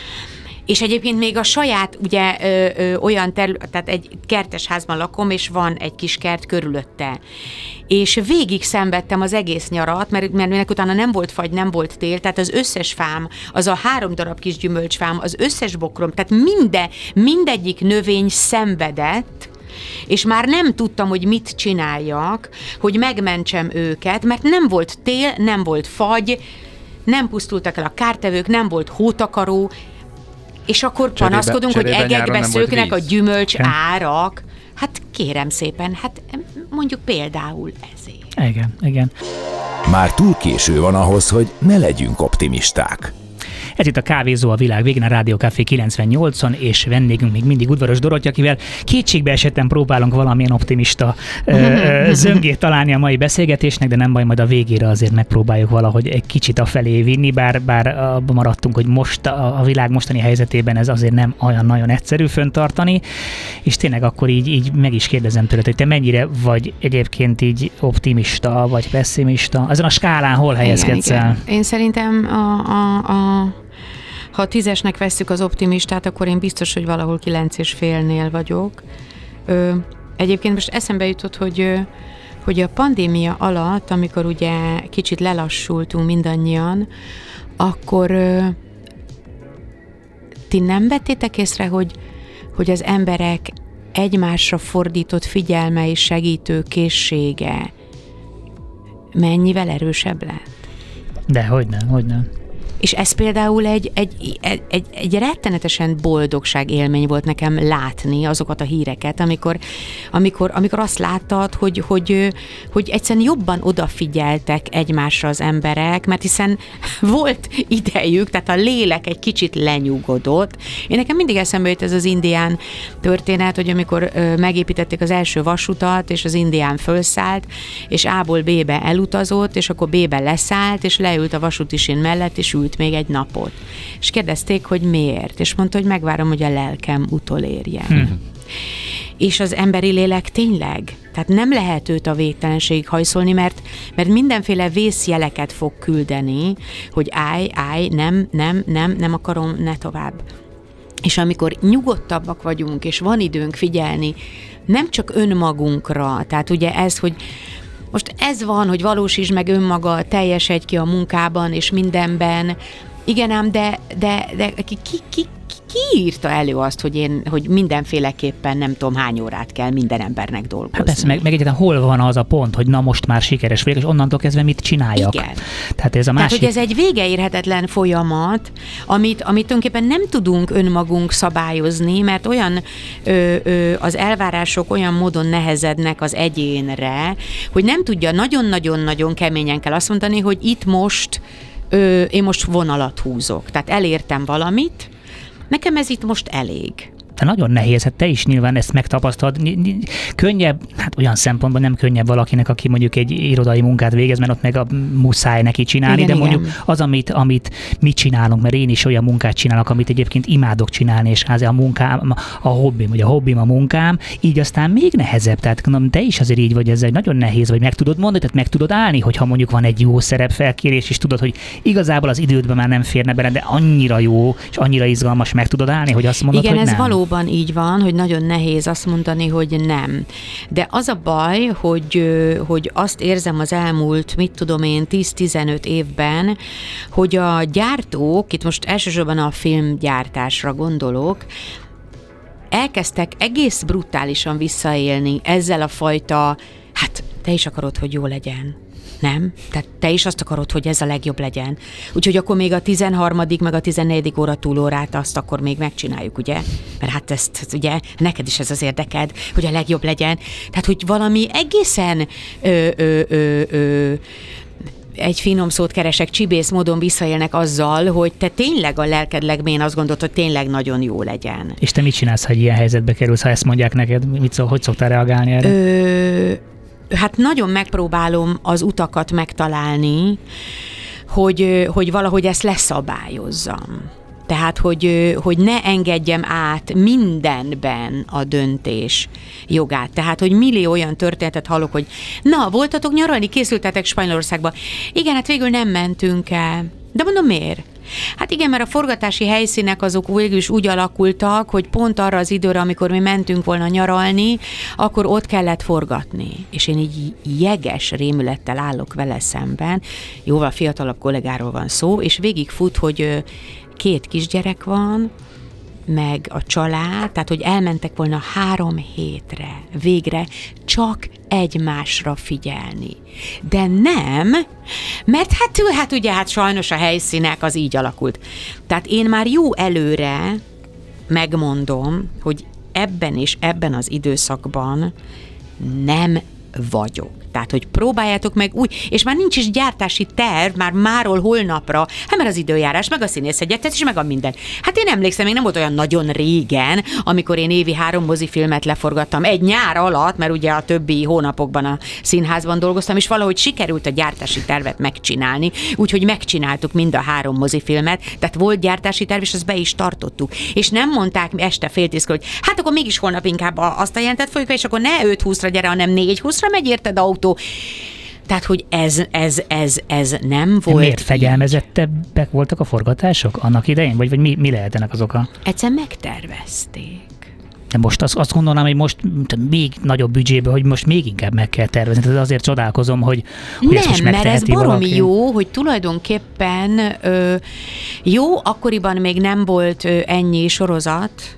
És egyébként még a saját, ugye olyan terület, tehát egy kertes házban lakom, és van egy kis kert körülötte. És végig szenvedtem az egész nyarat, mert utána nem volt fagy, nem volt tél, tehát az összes fám, az a 3 darab kis gyümölcsfám, az összes bokrom, tehát mindegyik növény szenvedett, és már nem tudtam, hogy mit csináljak, hogy megmentsem őket, mert nem volt tél, nem volt fagy, nem pusztultak el a kártevők, nem volt hótakaró, és akkor panaszkodunk, hogy egekbe szöknek a gyümölcs árak. Hát kérem szépen, hát mondjuk például ezért. Igen. Már túl késő van ahhoz, hogy ne legyünk optimisták. Ez itt a Kávézó a világ végén, a Rádió Café 98-on, és vendégünk még mindig Udvaros Dorottya, akivel kétségbe esetten próbálunk valamilyen optimista zöngét találni a mai beszélgetésnek, de nem baj, majd a végére azért megpróbáljuk valahogy egy kicsit afelé vinni, bár abban maradtunk, hogy most a világ mostani helyzetében ez azért nem olyan nagyon egyszerű fenntartani, és tényleg akkor így meg is kérdezem tőled, hogy te mennyire vagy egyébként így optimista, vagy pessimista? Azon a skálán hol helyezkedsz el? Én szerintem ha 10-esnek vesszük az optimistát, akkor én biztos, hogy valahol 9,5-nél vagyok. Egyébként most eszembe jutott, hogy a pandémia alatt, amikor ugye kicsit lelassultunk mindannyian, akkor ti nem vettétek észre, hogy az emberek egymásra fordított figyelme és segítő készsége mennyivel erősebb lett? De hogyne. És ez például egy rettenetesen boldogság élmény volt nekem látni azokat a híreket, amikor azt láttad, hogy egyszerűen jobban odafigyeltek egymásra az emberek, mert hiszen volt idejük, tehát a lélek egy kicsit lenyugodott. Én nekem mindig eszembe jut ez az indián történet, hogy amikor megépítették az első vasutat, és az indián fölszállt, és A-ból B-be elutazott, és akkor B-be leszállt, és leült a vasútisén mellett, és ült még egy napot. És kérdezték, hogy miért, és mondta, hogy megvárom, hogy a lelkem utolérjen. És az emberi lélek tényleg, tehát nem lehet őt a végtelenségig hajszolni, mert mindenféle vészjeleket fog küldeni, hogy állj, nem akarom, ne tovább. És amikor nyugodtabbak vagyunk, és van időnk figyelni, nem csak önmagunkra, tehát ugye ez, hogy most ez van, hogy valósítsd meg önmaga, teljesedj ki a munkában és mindenben. Igen ám, de ki írta elő azt, hogy mindenféleképpen nem tudom hány órát kell minden embernek dolgozni? Hát persze, meg egyáltalán hol van az a pont, hogy na most már sikeres vagyok, és onnantól kezdve mit csináljak? Igen. Tehát ez a másik... Tehát, hogy ez egy végeérhetetlen folyamat, amit tulajdonképpen nem tudunk önmagunk szabályozni, mert olyan az elvárások olyan módon nehezednek az egyénre, hogy nem tudja, nagyon-nagyon-nagyon keményen kell azt mondani, hogy itt most én most vonalat húzok. Tehát elértem valamit, nekem ez itt most elég. nagyon nehéz, hát te is nyilván ezt megtapasztalt. Könnyebb, hát olyan szempontból nem könnyebb valakinek, aki mondjuk egy irodai munkát végez, mert ott meg muszáj neki csinálni, igen, de mondjuk az, amit mi csinálunk, mert én is olyan munkát csinálok, amit egyébként imádok csinálni, és a munkám, a hobbim a munkám, így aztán még nehezebb. Tehát mondom, te is azért így vagy, ez egy nagyon nehéz, vagy meg tudod mondani, tehát meg tudod állni, hogyha mondjuk van egy jó szerepfelkérés, és tudod, hogy igazából az idődben már nem férne bele, de annyira jó, és annyira izgalmas, meg tudod állni, hogy azt mondod, igen, hogy ez nem. valóban így van, hogy nagyon nehéz azt mondani, hogy nem. De az a baj, hogy azt érzem az elmúlt, 10-15 évben, hogy a gyártók, itt most elsősorban a filmgyártásra gondolok, elkezdtek egész brutálisan visszaélni ezzel a fajta, hát te is akarod, hogy jó legyen. Nem? Tehát te is azt akarod, hogy ez a legjobb legyen. Úgyhogy akkor még a 13. meg a 14. óra túlórát azt akkor még megcsináljuk, ugye? Mert hát ezt ugye neked is ez az érdeked, hogy a legjobb legyen. Tehát, hogy valami egészen egy finom szót keresek, csibész módon visszaélnek azzal, hogy te tényleg a lelked legmélyén azt gondolod, hogy tényleg nagyon jó legyen. És te mit csinálsz, ha egy ilyen helyzetbe kerülsz, ha ezt mondják neked? Hogy szoktál reagálni erre? Hát nagyon megpróbálom az utakat megtalálni, hogy valahogy ezt leszabályozzam. Tehát, hogy ne engedjem át mindenben a döntés jogát. Tehát, hogy millió olyan történetet hallok, hogy na, voltatok nyaralni, készültetek Spanyolországba. Igen, hát végül nem mentünk el. De mondom, miért? Hát igen, mert a forgatási helyszínek azok végül is úgy alakultak, hogy pont arra az időre, amikor mi mentünk volna nyaralni, akkor ott kellett forgatni. És én így jeges rémülettel állok vele szemben, jóval fiatalabb kollégáról van szó, és végigfut, hogy 2 kisgyerek van, meg a család, tehát hogy elmentek volna 3 hétre végre csak egymásra figyelni. De nem, mert hát ugye sajnos a helyszínek az így alakult. Tehát én már jó előre megmondom, hogy ebben az időszakban nem vagyok. Tehát, hogy próbáljátok meg úgy, és már nincs is gyártási terv, már máról holnapra, hát mert az időjárás, meg a színészegyeztetés, meg a minden. Hát én emlékszem, még nem volt olyan nagyon régen, amikor én évi 3 mozifilmet leforgattam egy nyár alatt, mert ugye a többi hónapokban a színházban dolgoztam, és valahogy sikerült a gyártási tervet megcsinálni, úgyhogy megcsináltuk mind a 3 mozifilmet, tehát volt gyártási terv, és azt be is tartottuk. És nem mondták este fél 10-kor, hogy hát akkor mégis holnap inkább azt a jelentet fogjuk, és akkor ne 5-20-ra gyere, hanem 4-20-ra megy érted autó. Tehát, hogy ez nem volt. Miért fegyelmezettebbek voltak a forgatások annak idején? Vagy mi lehet ennek az oka? Egyszer megtervezték. De most azt gondolnám, hogy most még nagyobb büdzsébe, hogy most még inkább meg kell tervezni. Tehát azért csodálkozom, hogy ezt most megteheti mert ez baromi valaki. jó, hogy tulajdonképpen jó, akkoriban még nem volt ennyi sorozat,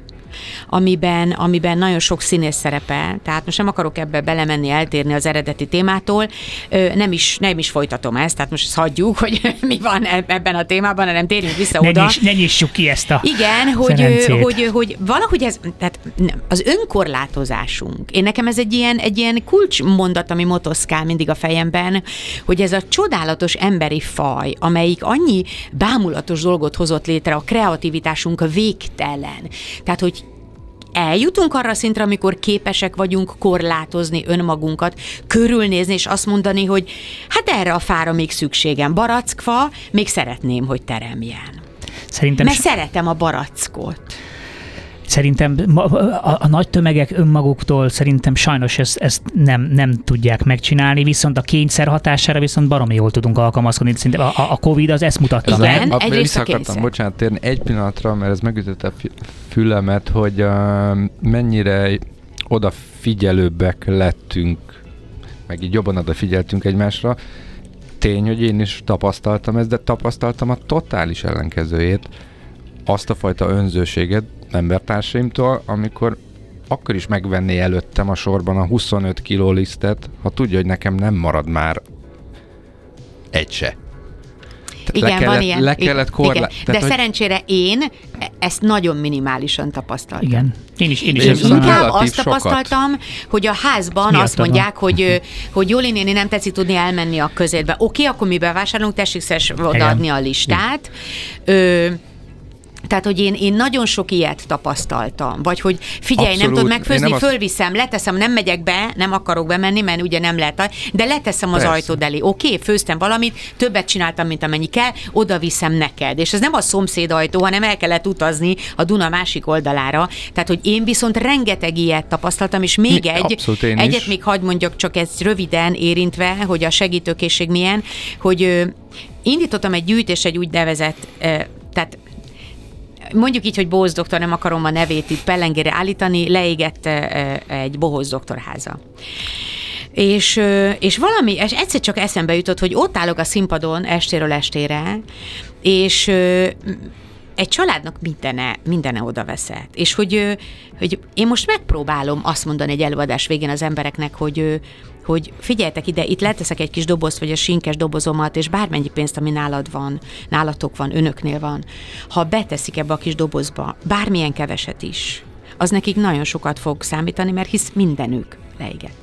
amiben nagyon sok színész szerepel, tehát most nem akarok ebbe belemenni, eltérni az eredeti témától, nem is folytatom ezt, tehát most ezt hagyjuk, hogy mi van ebben a témában, hanem térjünk vissza oda. Ne nyissuk ki ezt a igen, hogy valahogy ez, tehát az önkorlátozásunk, nekem ez egy ilyen kulcsmondat, ami motoszkál mindig a fejemben, hogy ez a csodálatos emberi faj, amelyik annyi bámulatos dolgot hozott létre, a kreativitásunk végtelen. Tehát, hogy eljutunk arra szintre, amikor képesek vagyunk korlátozni önmagunkat, körülnézni, és azt mondani, hogy hát erre a fára még szükségem. Barackfa, még szeretném, hogy teremjen. Mert szeretem a barackot. Szerintem a nagy tömegek önmaguktól szerintem sajnos ezt nem tudják megcsinálni, viszont a kényszer hatására viszont baromi jól tudunk alkalmazkodni. Szerintem a Covid az ezt mutatta meg. Vissza akartam, bocsánat, térni egy pillanatra, mert ez megütötte a fülemet, hogy mennyire odafigyelőbbek lettünk, meg így jobban odafigyeltünk egymásra. Tény, hogy én is tapasztaltam ezt, de tapasztaltam a totális ellenkezőjét, azt a fajta önzőséget embertársaimtól, amikor akkor is megvenné előttem a sorban a 25 kiló lisztet, ha tudja, hogy nekem nem marad már egy se. Igen, van ilyen. Le kellett de szerencsére én ezt nagyon minimálisan tapasztaltam. Igen. Én is inkább azt tapasztaltam, hogy a házban azt mondják, hogy Jóli néni nem tetszik tudni elmenni a közérbe. Oké, akkor mi bevásárolunk, tessék odaadni a listát. Tehát, hogy én nagyon sok ilyet tapasztaltam. Vagy, hogy figyelj, Abszolút. nem tudod megfőzni, nem fölviszem, leteszem, nem megyek be, nem akarok bemenni, mert ugye nem lehet, de leteszem az ajtód elé. Oké, főztem valamit, többet csináltam, mint amennyi kell, oda viszem neked. És ez nem a szomszéd ajtó, hanem el kellett utazni a Duna másik oldalára. Tehát, hogy én viszont rengeteg ilyet tapasztaltam, és még egyet még hadd mondjak, csak ez röviden érintve, hogy a segítőkészség milyen, hogy indítottam egy gyűjtés, egy úgynevezett, tehát mondjuk így, hogy Bohóz doktor, nem akarom a nevét itt pellengére állítani, leégett egy Bohóz doktorháza. És valami, és egyszer csak eszembe jutott, hogy ott állok a színpadon estéről estére, és egy családnak mindene oda veszett. És hogy én most megpróbálom azt mondani egy előadás végén az embereknek, hogy figyeljetek ide, itt leteszek egy kis dobozt, vagy a sinkes dobozomat, és bármennyi pénzt, ami nálatok van, önöknél van, ha beteszik ebbe a kis dobozba, bármilyen keveset is, az nekik nagyon sokat fog számítani, mert hisz mindenük leégett.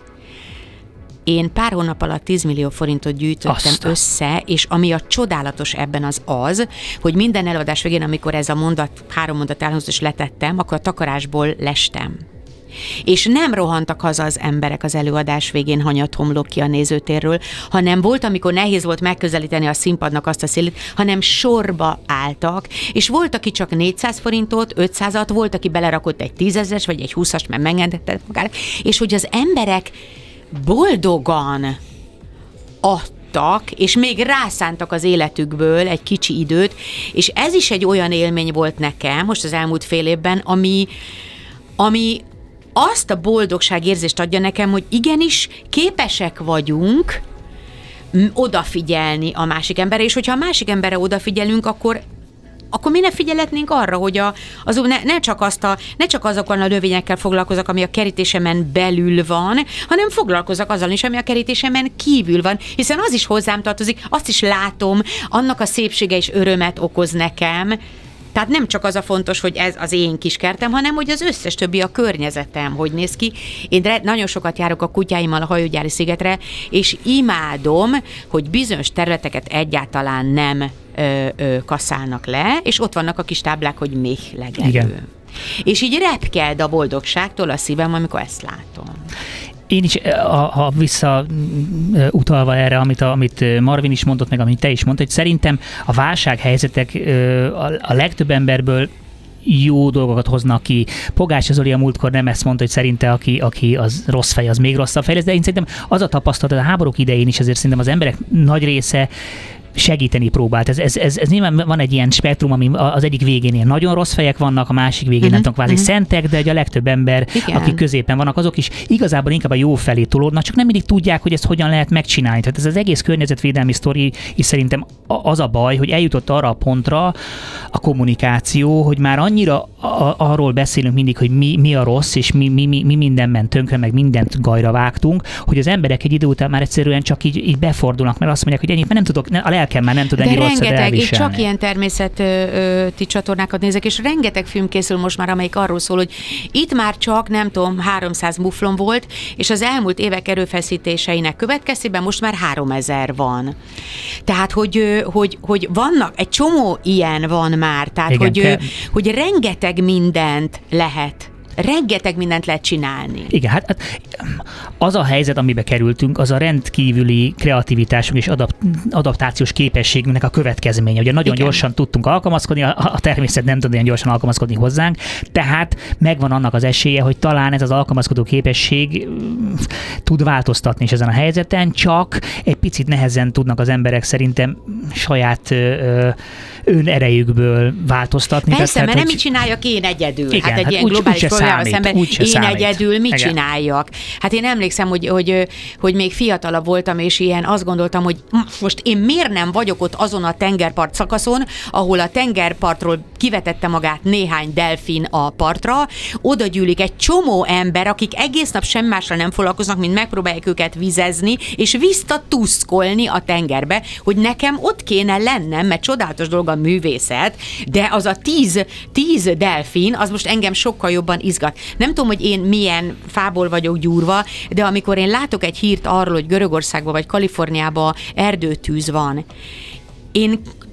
Én pár hónap alatt 10 millió forintot gyűjtöttem össze, és ami a csodálatos ebben az, hogy minden előadás végén, amikor ez a 3 mondat elhangzott, és letettem, akkor a takarásból lestem. És nem rohantak haza az emberek az előadás végén hanyat homlok ki a nézőtérről, hanem volt, amikor nehéz volt megközelíteni a színpadnak azt a szélét, hanem sorba álltak, és volt, aki csak 400 forintot, 500-at, volt, aki belerakott egy 10 000-es, vagy egy 20-ast, mert megengedett magának, és hogy az emberek boldogan adtak, és még rászántak az életükből egy kicsi időt, és ez is egy olyan élmény volt nekem most az elmúlt fél évben, ami azt a boldogságérzést adja nekem, hogy igenis képesek vagyunk odafigyelni a másik emberre, és hogyha a másik emberre odafigyelünk, akkor mi ne figyelhetnénk arra, hogy ne csak azokkal a növényekkel foglalkozok, ami a kerítésemen belül van, hanem foglalkozok azzal is, ami a kerítésemen kívül van, hiszen az is hozzám tartozik, azt is látom, annak a szépsége és örömet okoz nekem. Tehát nem csak az a fontos, hogy ez az én kis kertem, hanem hogy az összes többi a környezetem, hogy néz ki. Én nagyon sokat járok a kutyáimmal a Hajógyári szigetre, és imádom, hogy bizonyos területeket egyáltalán nem kasszálnak le, és ott vannak a kis táblák, hogy méhlegelő. Igen. És így repked a boldogságtól a szívem, amikor ezt látom. Én is, ha visszautalva erre, amit Marvin is mondott, meg amit te is mondtad, hogy szerintem a válsághelyzetek a legtöbb emberből jó dolgokat hoznak ki. Pogács Zoli a múltkor nem ezt mondta, hogy szerinte aki az rossz fej, az még rosszabb fej lesz, de én szerintem az a tapasztalat, a háborúk idején is azért szerintem az emberek nagy része segíteni próbált. Ez nyilván van egy ilyen spektrum, ami az egyik végén ilyen nagyon rossz fejek vannak, a másik végén nem tudom, kvázi szentek, de a legtöbb ember, akik középen vannak, azok is igazából inkább a jó felé tolódnak, csak nem mindig tudják, hogy ezt hogyan lehet megcsinálni. Tehát ez az egész környezetvédelmi sztori is szerintem az a baj, hogy eljutott arra a pontra a kommunikáció, hogy már annyira arról beszélünk mindig, hogy mi a rossz, és mi minden ment tönkre, meg mindent gajra vágtunk, hogy az emberek egy idő után már egyszerűen csak így befordulnak, mert azt mondják, hogy ennyit, mert nem tudok, a lelkem már nem tud ennyi rosszat elviselni. Én csak ilyen természeti csatornákat nézek, és rengeteg film készül most már, amelyik arról szól, hogy itt már csak, nem tudom, 300 muflon volt, és az elmúlt évek erőfeszítéseinek következtében most már 3000 van. Tehát, hogy vannak, egy csomó ilyen van már, tehát, hogy rengeteg mindent lehet csinálni. Igen, hát az a helyzet, amibe kerültünk, az a rendkívüli kreativitásunk és adaptációs képességünknek a következménye. Ugye nagyon gyorsan tudtunk alkalmazkodni, a természet nem tud ilyen gyorsan alkalmazkodni hozzánk, tehát megvan annak az esélye, hogy talán ez az alkalmazkodó képesség tud változtatni is ezen a helyzeten, csak egy picit nehezen tudnak az emberek szerintem saját önerejükből változtatni. Persze, mert nem mit csináljak én egyedül. Igen, hát egy ilyen globális problémával szemben én egyedül mit csináljak? Hát én emlékszem, hogy még fiatalabb voltam, és ilyen azt gondoltam, hogy most én miért nem vagyok ott azon a tengerpart szakaszon, ahol a tengerpartról kivetette magát néhány delfin a partra, oda gyűlik egy csomó ember, akik egész nap semmi másra nem foglalkoznak, mint megpróbálják őket vizezni, és visszatuszkolni a tengerbe, hogy nekem ott kéne lennem, mert csodálatos dolog a művészet, de az a 10 delfin, az most engem sokkal jobban izgat. Nem tudom, hogy én milyen fából vagyok gyúrva, de amikor én látok egy hírt arról, hogy Görögországban vagy Kaliforniában erdőtűz van, én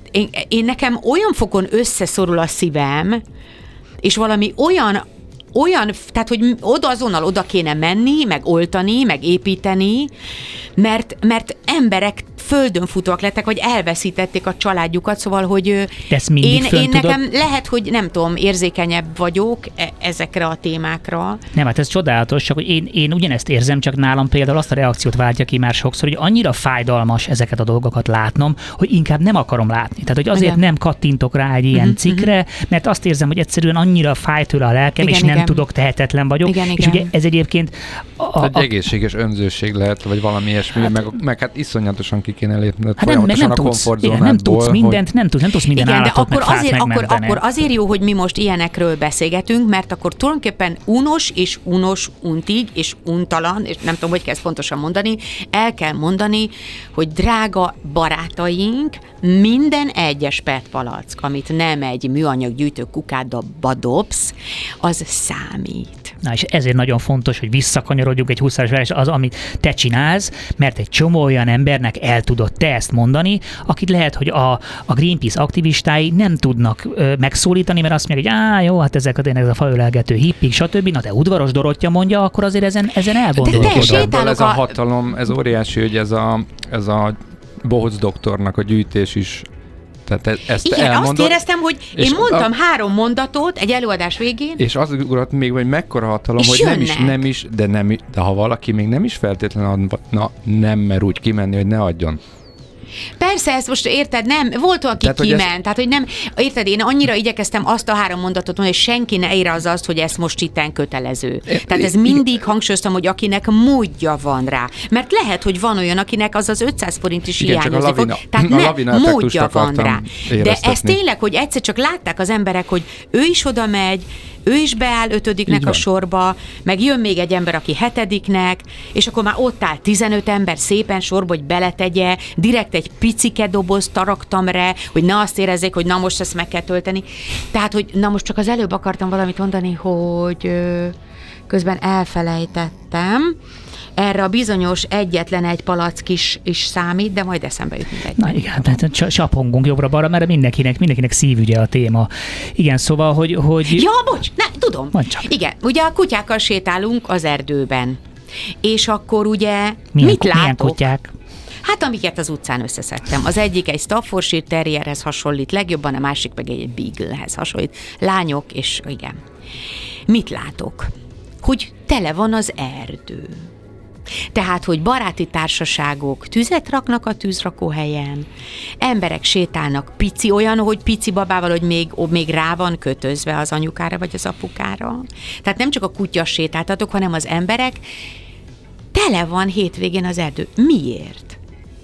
én nekem olyan fokon összeszorul a szívem, és valami olyan, tehát hogy azonnal oda kéne menni, meg oltani, meg építeni, mert emberek földönfutóak lettek, vagy elveszítették a családjukat, szóval, hogy én nekem lehet, hogy nem tudom, érzékenyebb vagyok ezekre a témákra. Nem, hát ez csodálatos, csak hogy én ugyanezt érzem, csak nálam például azt a reakciót váltja ki már sokszor, hogy annyira fájdalmas ezeket a dolgokat látnom, hogy inkább nem akarom látni. Tehát, hogy azért nem kattintok rá egy ilyen cikkre, mert azt érzem, hogy egyszerűen annyira fáj tőle a lelkem, és nem tudok, tehetetlen vagyok. És ugye ez egyébként... Egy egészséges önzőség lehet, vagy valami ilyesmi, meg hát iszonyatosan ki kéne lépni. Hát nem tudsz mindent, nem tudsz minden állatot meg fát megmenteni. Akkor azért jó, hogy mi most ilyenekről beszélgetünk, mert akkor tulajdonképpen unos és unos, untig és untalan, és nem tudom, hogy kell ezt pontosan mondani, el kell mondani, hogy drága barátaink, minden egyes PET-palack, amit nem egy műanyag gyűjtő kukába dobsz, az számít. Na és ezért nagyon fontos, hogy visszakanyarodjunk egy 20-as verseny, az, amit te csinálsz, mert egy csomó olyan embernek el tudod te ezt mondani, akit lehet, hogy a Greenpeace aktivistái nem tudnak megszólítani, mert azt mondják, hogy jó, hát ezek a faölelgető hippik, stb. Na de Udvaros Dorottya mondja, akkor azért ezen elgondolkodom. Ez a hatalom, ez óriási, hogy ez a Bohóc doktornak a gyűjtés is. Tehát ezt igen, elmondod, azt éreztem, hogy én mondtam 3 mondatot egy előadás végén. És az ugrott még, hogy mekkora hatalom, hogy de ha valaki még nem is feltétlenül nem mer úgy kimenni, hogy ne adjon. Persze, ezt most érted, nem, volt, aki kiment, tehát, hogy nem, érted, én annyira igyekeztem azt a 3 mondatot mondani, hogy senki ne érezze azt, hogy ez most itten kötelező. Tehát ez mindig hangsúlyoztam, hogy akinek módja van rá. Mert lehet, hogy van olyan, akinek az 500 forint is hiányozni fog. Tehát módja van rá. De ez tényleg, hogy egyszer csak látták az emberek, hogy ő is oda megy, ő is beáll 5-nek a sorba, meg jön még egy ember, aki 7-nek, és akkor már ott áll 15 ember szépen sorba, hogy beletegye, direkt egy picike dobozt taraktam rá, hogy ne azt érezzék, hogy na most ezt meg kell tölteni. Tehát, hogy na most csak az előbb akartam valamit mondani, hogy közben elfelejtettem. Erre a bizonyos egyetlen egy palack is számít, de majd eszembe jut mindegy. Na igen, tehát csapongunk jobbra-balra, mert mindenkinek szívügye a téma. Igen, szóval, hogy... Ja, bocs, tudom. Igen, ugye a kutyákkal sétálunk az erdőben. És akkor ugye mit látok? Milyen kutyák? Hát amiket az utcán összeszedtem. Az egyik egy Staffordshire Terrierhez hasonlít legjobban, a másik meg egy Beaglehez hasonlít. Lányok, és igen. Mit látok? Hogy tele van az erdő. Tehát, hogy baráti társaságok tüzet raknak a tűzrakóhelyen, emberek sétálnak olyan, hogy pici babával, hogy még rá van kötözve az anyukára vagy az apukára. Tehát nem csak a kutya sétáltatok, hanem az emberek, tele van hétvégén az erdő. Miért?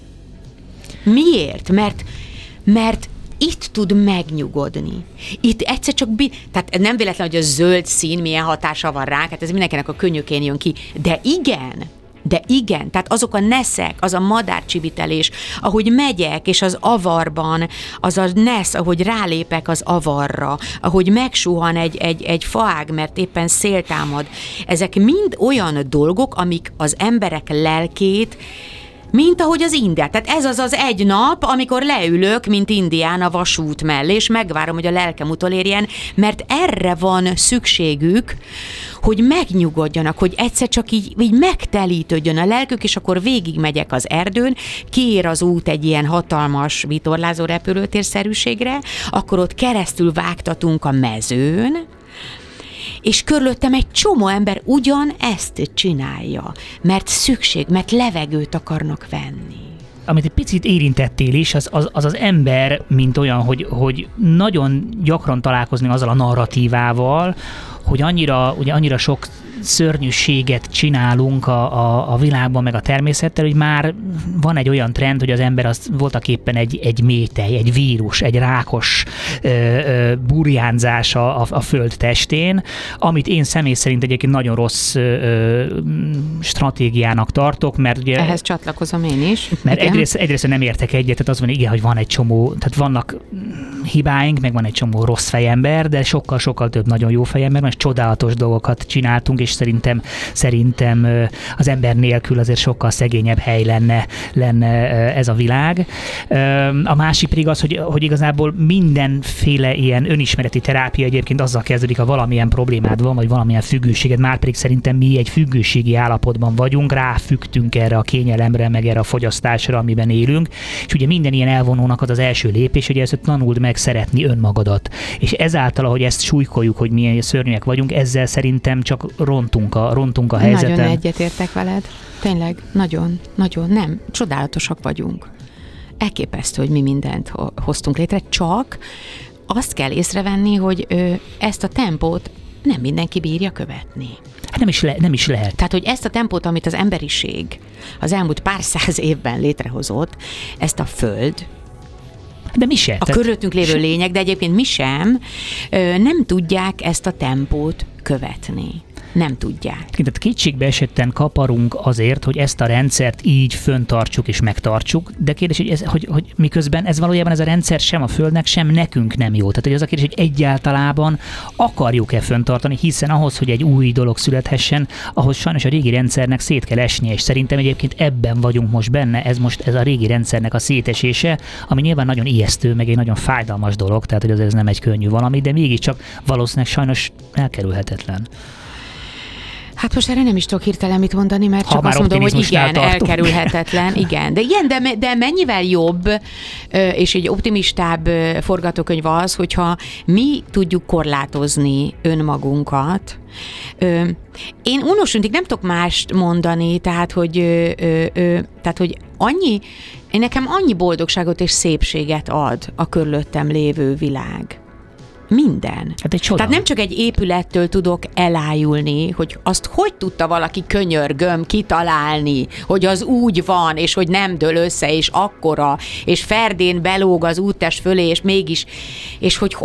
Mert itt tud megnyugodni. Itt egyszer csak... Tehát nem véletlen, hogy a zöld szín milyen hatása van ránk, hát ez mindenkinek a könnyökén jön ki. De igen, tehát azok a neszek, az a madárcsivitelés, ahogy megyek, és az avarban, az a nesz, ahogy rálépek az avarra, ahogy megsuhan egy faág, mert éppen szél támad. Ezek mind olyan dolgok, amik az emberek lelkét, mint ahogy az Indián. Tehát ez az egy nap, amikor leülök, mint indián a vasút mellé, és megvárom, hogy a lelkem utolérjen, mert erre van szükségük, hogy megnyugodjanak, hogy egyszer csak így megtelítődjön a lelkük, és akkor végigmegyek az erdőn, kiér az út egy ilyen hatalmas vitorlázó repülőtérszerűségre, akkor ott keresztül vágtatunk a mezőn, és körülöttem egy csomó ember ugyanezt csinálja, mert levegőt akarnak venni. Amit egy picit érintettél is, az ember, mint olyan, hogy nagyon gyakran találkozni azzal a narratívával, hogy annyira sok szörnyűséget csinálunk a világban, meg a természettel, hogy már van egy olyan trend, hogy az ember az voltaképpen egy métej, egy vírus, egy rákos burjánzás a föld testén, amit én személy szerint egyébként nagyon rossz stratégiának tartok, mert ugye... Ehhez csatlakozom én is. Mert egyrészt nem értek egyet, tehát az van, igen, hogy van egy csomó, tehát vannak hibáink, meg van egy csomó rossz fejember, de sokkal-sokkal több nagyon jó fejember, és csodálatos dolgokat csináltunk, és szerintem az ember nélkül azért sokkal szegényebb hely lenne ez a világ. A másik pedig az, hogy igazából mindenféle ilyen önismereti terápia egyébként azzal kezdődik, ha valamilyen problémád van, vagy valamilyen függőséged, márpedig szerintem mi egy függőségi állapotban vagyunk, ráfüggtünk erre a kényelemre, meg erre a fogyasztásra, amiben élünk, és ugye minden ilyen elvonónak az első lépés, hogy ezt tanuld meg szeretni önmagadat. És ezáltal, ahogy ezt súlykoljuk, hogy milyen szörnyűek vagyunk, ezzel szerintem csak rontunk a helyzeten. Nagyon egyetértek veled. Tényleg, nagyon, nem. Csodálatosak vagyunk. Elképesztő, hogy mi mindent hoztunk létre, csak azt kell észrevenni, hogy ezt a tempót nem mindenki bírja követni. Hát nem is lehet. Tehát, hogy ezt a tempót, amit az emberiség az elmúlt pár száz évben létrehozott, ezt a Föld, de mi se. A körülöttünk lévő lények, de egyébként mi sem, nem tudják ezt a tempót követni. Nem tudják. Tehát kétségbe esetten kaparunk azért, hogy ezt a rendszert így föntartsuk és megtartsuk, de kérdés, hogy miközben ez valójában ez a rendszer sem a Földnek, sem nekünk nem jó. Tehát hogy az a kérdés, hogy egyáltalán akarjuk-e föntartani, hiszen ahhoz, hogy egy új dolog születhessen, ahhoz sajnos a régi rendszernek szét kell esnie, és szerintem egyébként ebben vagyunk most benne, ez a régi rendszernek a szétesése, ami nyilván nagyon ijesztő, meg egy nagyon fájdalmas dolog, tehát hogy ez nem egy könnyű valami, de mégiscsak valószínűleg sajnos elkerülhetetlen. Hát most erre nem is tudok hirtelen mit mondani, mert csak azt mondom, hogy igen, elkerülhetetlen, igen. De mennyivel jobb és egy optimistább forgatókönyv az, hogyha mi tudjuk korlátozni önmagunkat. Én unósüntig nem tudok mást mondani, tehát hogy nekem annyi boldogságot és szépséget ad a körülöttem lévő világ. Minden. Tehát nem csak egy épülettől tudok elájulni, hogy azt hogy tudta valaki könyörgöm kitalálni, hogy az úgy van, és hogy nem dől össze, és akkora, és ferdén belóg az úttest fölé, és mégis, és hogy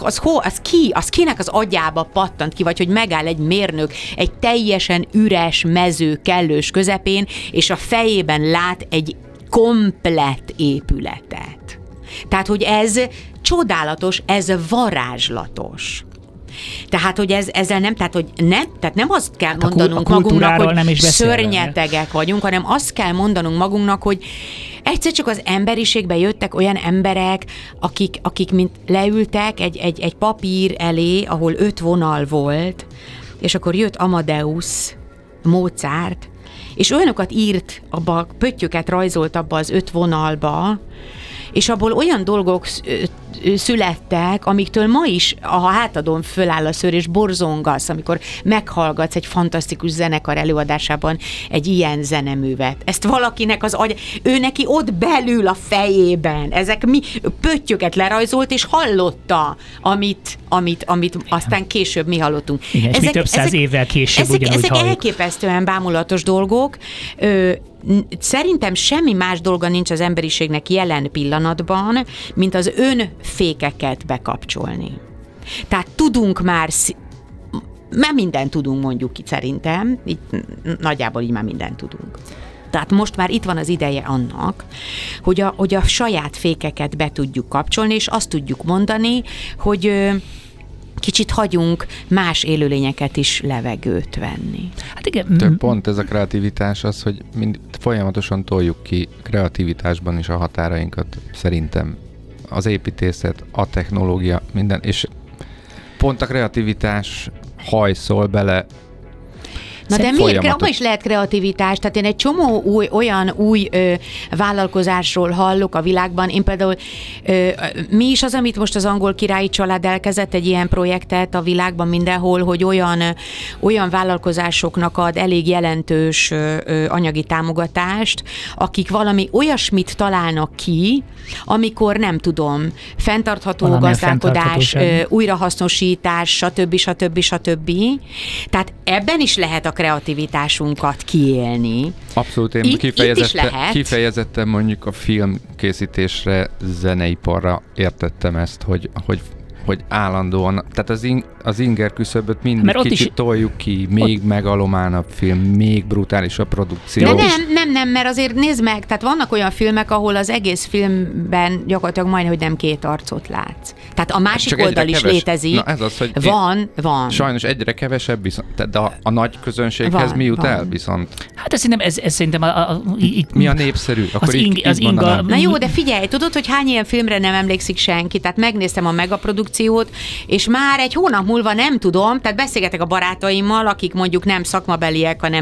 az kinek az agyába pattant ki, vagy hogy megáll egy mérnök egy teljesen üres mező kellős közepén, és a fejében lát egy komplett épületet. Tehát, hogy ez csodálatos, ez varázslatos. Tehát, hogy ezzel nem, tehát nem azt kell mondanunk magunknak, hogy szörnyetegek vagyunk, hanem azt kell mondanunk magunknak, hogy egyszer csak az emberiségbe jöttek olyan emberek, akik mint leültek egy papír elé, ahol 5 vonal volt, és akkor jött Amadeus, Mozart, és olyanokat írt, abba pöttyöket rajzolt abba az 5 vonalba, és abból olyan dolgok születtek, amiktől ma is a hátadon föláll a szőr, és borzongasz, amikor meghallgatsz egy fantasztikus zenekar előadásában egy ilyen zeneművet. Ezt valakinek ő neki ott belül a fejében, ezek pöttyöket lerajzolt, és hallotta, amit aztán később mi hallottunk. Igen, és mi több száz évvel később ugyanúgy ezek halljuk. Elképesztően bámulatos dolgok. Szerintem semmi más dolga nincs az emberiségnek jelen pillanatban, mint az önfékeket bekapcsolni. Tehát tudunk már mindent tudunk, mondjuk itt szerintem, nagyjából így már mindent tudunk. Tehát most már itt van az ideje annak, hogy a saját fékeket be tudjuk kapcsolni, és azt tudjuk mondani, hogy kicsit hagyunk más élőlényeket is levegőt venni. Hát igen. Pont ez a kreativitás az, hogy folyamatosan toljuk ki kreativitásban is a határainkat, szerintem. Az építészet, a technológia, minden, és pont a kreativitás hajszol bele. Na de miért? Abban is lehet kreativitás. Tehát én egy csomó olyan új vállalkozásról hallok a világban. Én például, mi is az, amit most az angol királyi család elkezdett, egy ilyen projektet a világban mindenhol, hogy olyan vállalkozásoknak ad elég jelentős anyagi támogatást, akik valami olyasmit találnak ki, amikor nem tudom, fenntartható gazdálkodás, újrahasznosítás, stb. Tehát ebben is lehet a kreativitásunkat kiélni. Abszolút, én kifejezetten mondjuk a filmkészítésre, zeneiparra értettem ezt, hogy állandóan, tehát az inger küszöböt mindig kicsit toljuk ki, még megalománabb film, még brutálisabb produkció. De Nem, mert azért nézd meg, tehát vannak olyan filmek, ahol az egész filmben gyakorlatilag majdnem, hogy nem két arcot látsz. Tehát a másik csak oldal is létezik. Na ez az, hogy van. Sajnos egyre kevesebb, viszont, de a nagy közönséghez mi jut el viszont? Hát ez szerintem Mi a népszerű? Akkor az inga. Na jó, de figyelj, tudod, hogy hány ilyen filmre nem emlékszik senki? Tehát megnéztem a megaprodukciót, és már egy hónap múlva nem tudom, tehát beszélgetek a barátaimmal, akik mondjuk nem szakmabeliek, hanem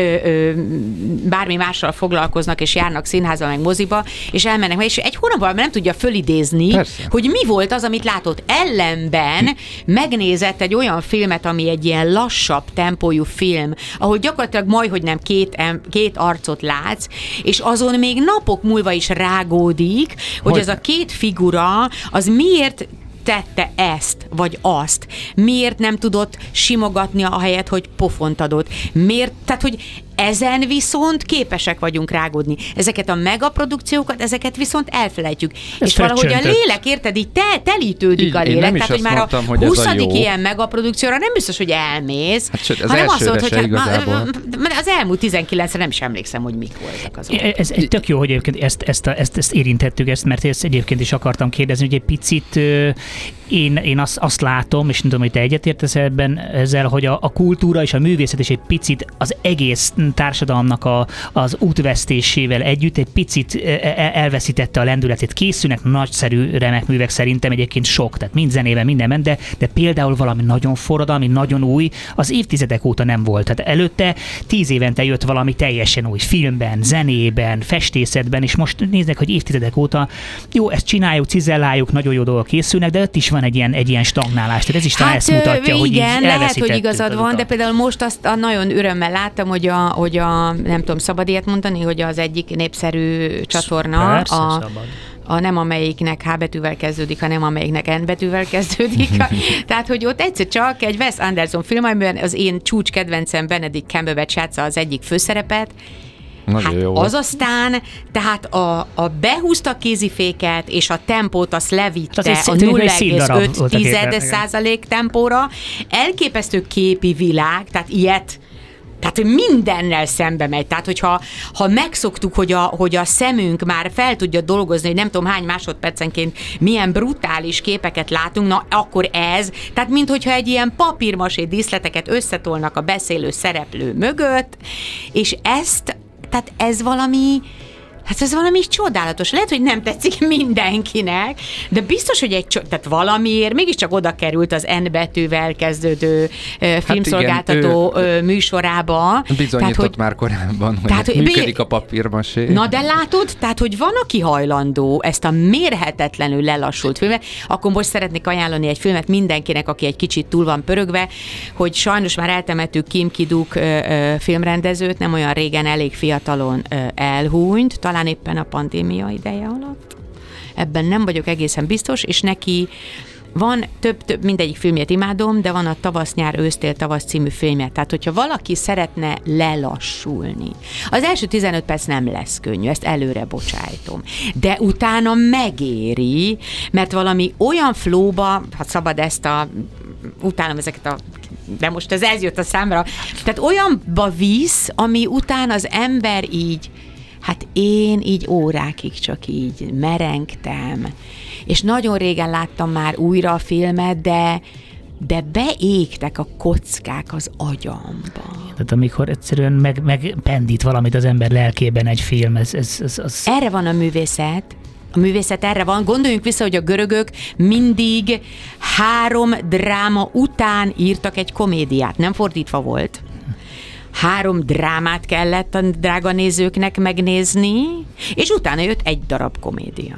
bármi mással foglalkoznak, és járnak színházba, meg moziba, és elmennek meg, és egy hónapban nem tudja fölidézni, persze, hogy mi volt az, amit látott. Ellenben megnézett egy olyan filmet, ami egy ilyen lassabb tempójú film, ahol gyakorlatilag majdhogy nem két arcot látsz, és azon még napok múlva is rágódik, hogy az a két figura, az miért tette ezt, vagy azt? Miért nem tudott simogatni a helyet, hogy pofont adott? Miért? Tehát, hogy ezen viszont képesek vagyunk rágódni. Ezeket a megaprodukciókat, ezeket viszont elfelejtjük. Ez és valahogy a lélek, érted, így telítődik így, a lélek. Tehát, hogy már mondtam, a 20. ilyen megaprodukcióra nem biztos, hogy elmész, hát, hanem azt mondod, hogy igazából. az elmúlt 19-re nem is emlékszem, hogy mik voltak azok. Ez tök jó, hogy egyébként ezt érintettük, mert ezt egyébként is akartam kérdezni, hogy egy picit én azt látom, és nem tudom, hogy te egyetértesz ebben ezzel, hogy a kultúra és a művészet is egy picit az egész társadalomnak az útvesztésével együtt egy picit elveszítette a lendületét. Készülnek nagyszerű remek művek, szerintem egyébként sok, tehát mind zenében, mindenben, de például valami nagyon forradalmi, nagyon új, az évtizedek óta nem volt. Tehát előtte 10 évente jött valami teljesen új filmben, zenében, festészetben, és most néznek, hogy évtizedek óta jó, ezt csináljuk, cizelláljuk, nagyon jó dolgok készülnek, de ott is van egy ilyen stagnálás. Tehát ez is talán ezt mutatja, hogy igen, így lehet, hogy igazad van, de például most azt nagyon örömmel láttam, hogy a nem tudom, szabad ilyet mondani, hogy az egyik népszerű csatorna, persze, nem amelyiknek H betűvel kezdődik, hanem amelyiknek N betűvel kezdődik. Tehát, hogy ott egyszer csak egy Wes Anderson film, amiben az én csúcs kedvencem Benedict Cumberbatch játsza az egyik főszerepet. Nagyon hát jó az aztán, tehát a behúzta kéziféket, és a tempót azt levitte a 0,5% tempóra. Elképesztő képi világ, tehát ilyet, tehát mindennel szembe megy. Tehát, hogyha megszoktuk, hogy a szemünk már fel tudja dolgozni, hogy nem tudom hány másodpercenként milyen brutális képeket látunk, na akkor ez, tehát minthogyha egy ilyen papírmasé díszleteket összetolnak a beszélő szereplő mögött, és tehát ez valami csodálatos. Lehet, hogy nem tetszik mindenkinek, de biztos, hogy tehát valamiért mégiscsak oda került az N betűvel kezdődő filmszolgáltató műsorába. Bizonyított már korábban, hogy működik a papírmasé. Na de látod, tehát, hogy van, aki hajlandó ezt a mérhetetlenül lelassult filmet, akkor most szeretnék ajánlani egy filmet mindenkinek, aki egy kicsit túl van pörögve, hogy sajnos már eltemettük Kim Ki-duk filmrendezőt, nem olyan régen, elég fiatalon elhúnyt, talán éppen a pandémia ideje alatt. Ebben nem vagyok egészen biztos, és neki van több mindegyik filmjét imádom, de van a Tavasz, nyár, ősztél, tavasz című filmje. Tehát, hogyha valaki szeretne lelassulni, az első 15 perc nem lesz könnyű, ezt előre bocsájtom. De utána megéri, mert valami olyan flowba, ha szabad utálom ezeket de most ez jött a számra, tehát olyanba visz, ami után az ember így, hát én így órákig csak így merengtem, és nagyon régen láttam már újra a filmet, de beégtek a kockák az agyamba. Tehát amikor egyszerűen megpendít valamit az ember lelkében egy film, az... Erre van a művészet. A művészet erre van. Gondoljunk vissza, hogy a görögök mindig 3 dráma után írtak egy komédiát. Nem fordítva volt. 3 drámát kellett a drága nézőknek megnézni, és utána jött egy darab komédia.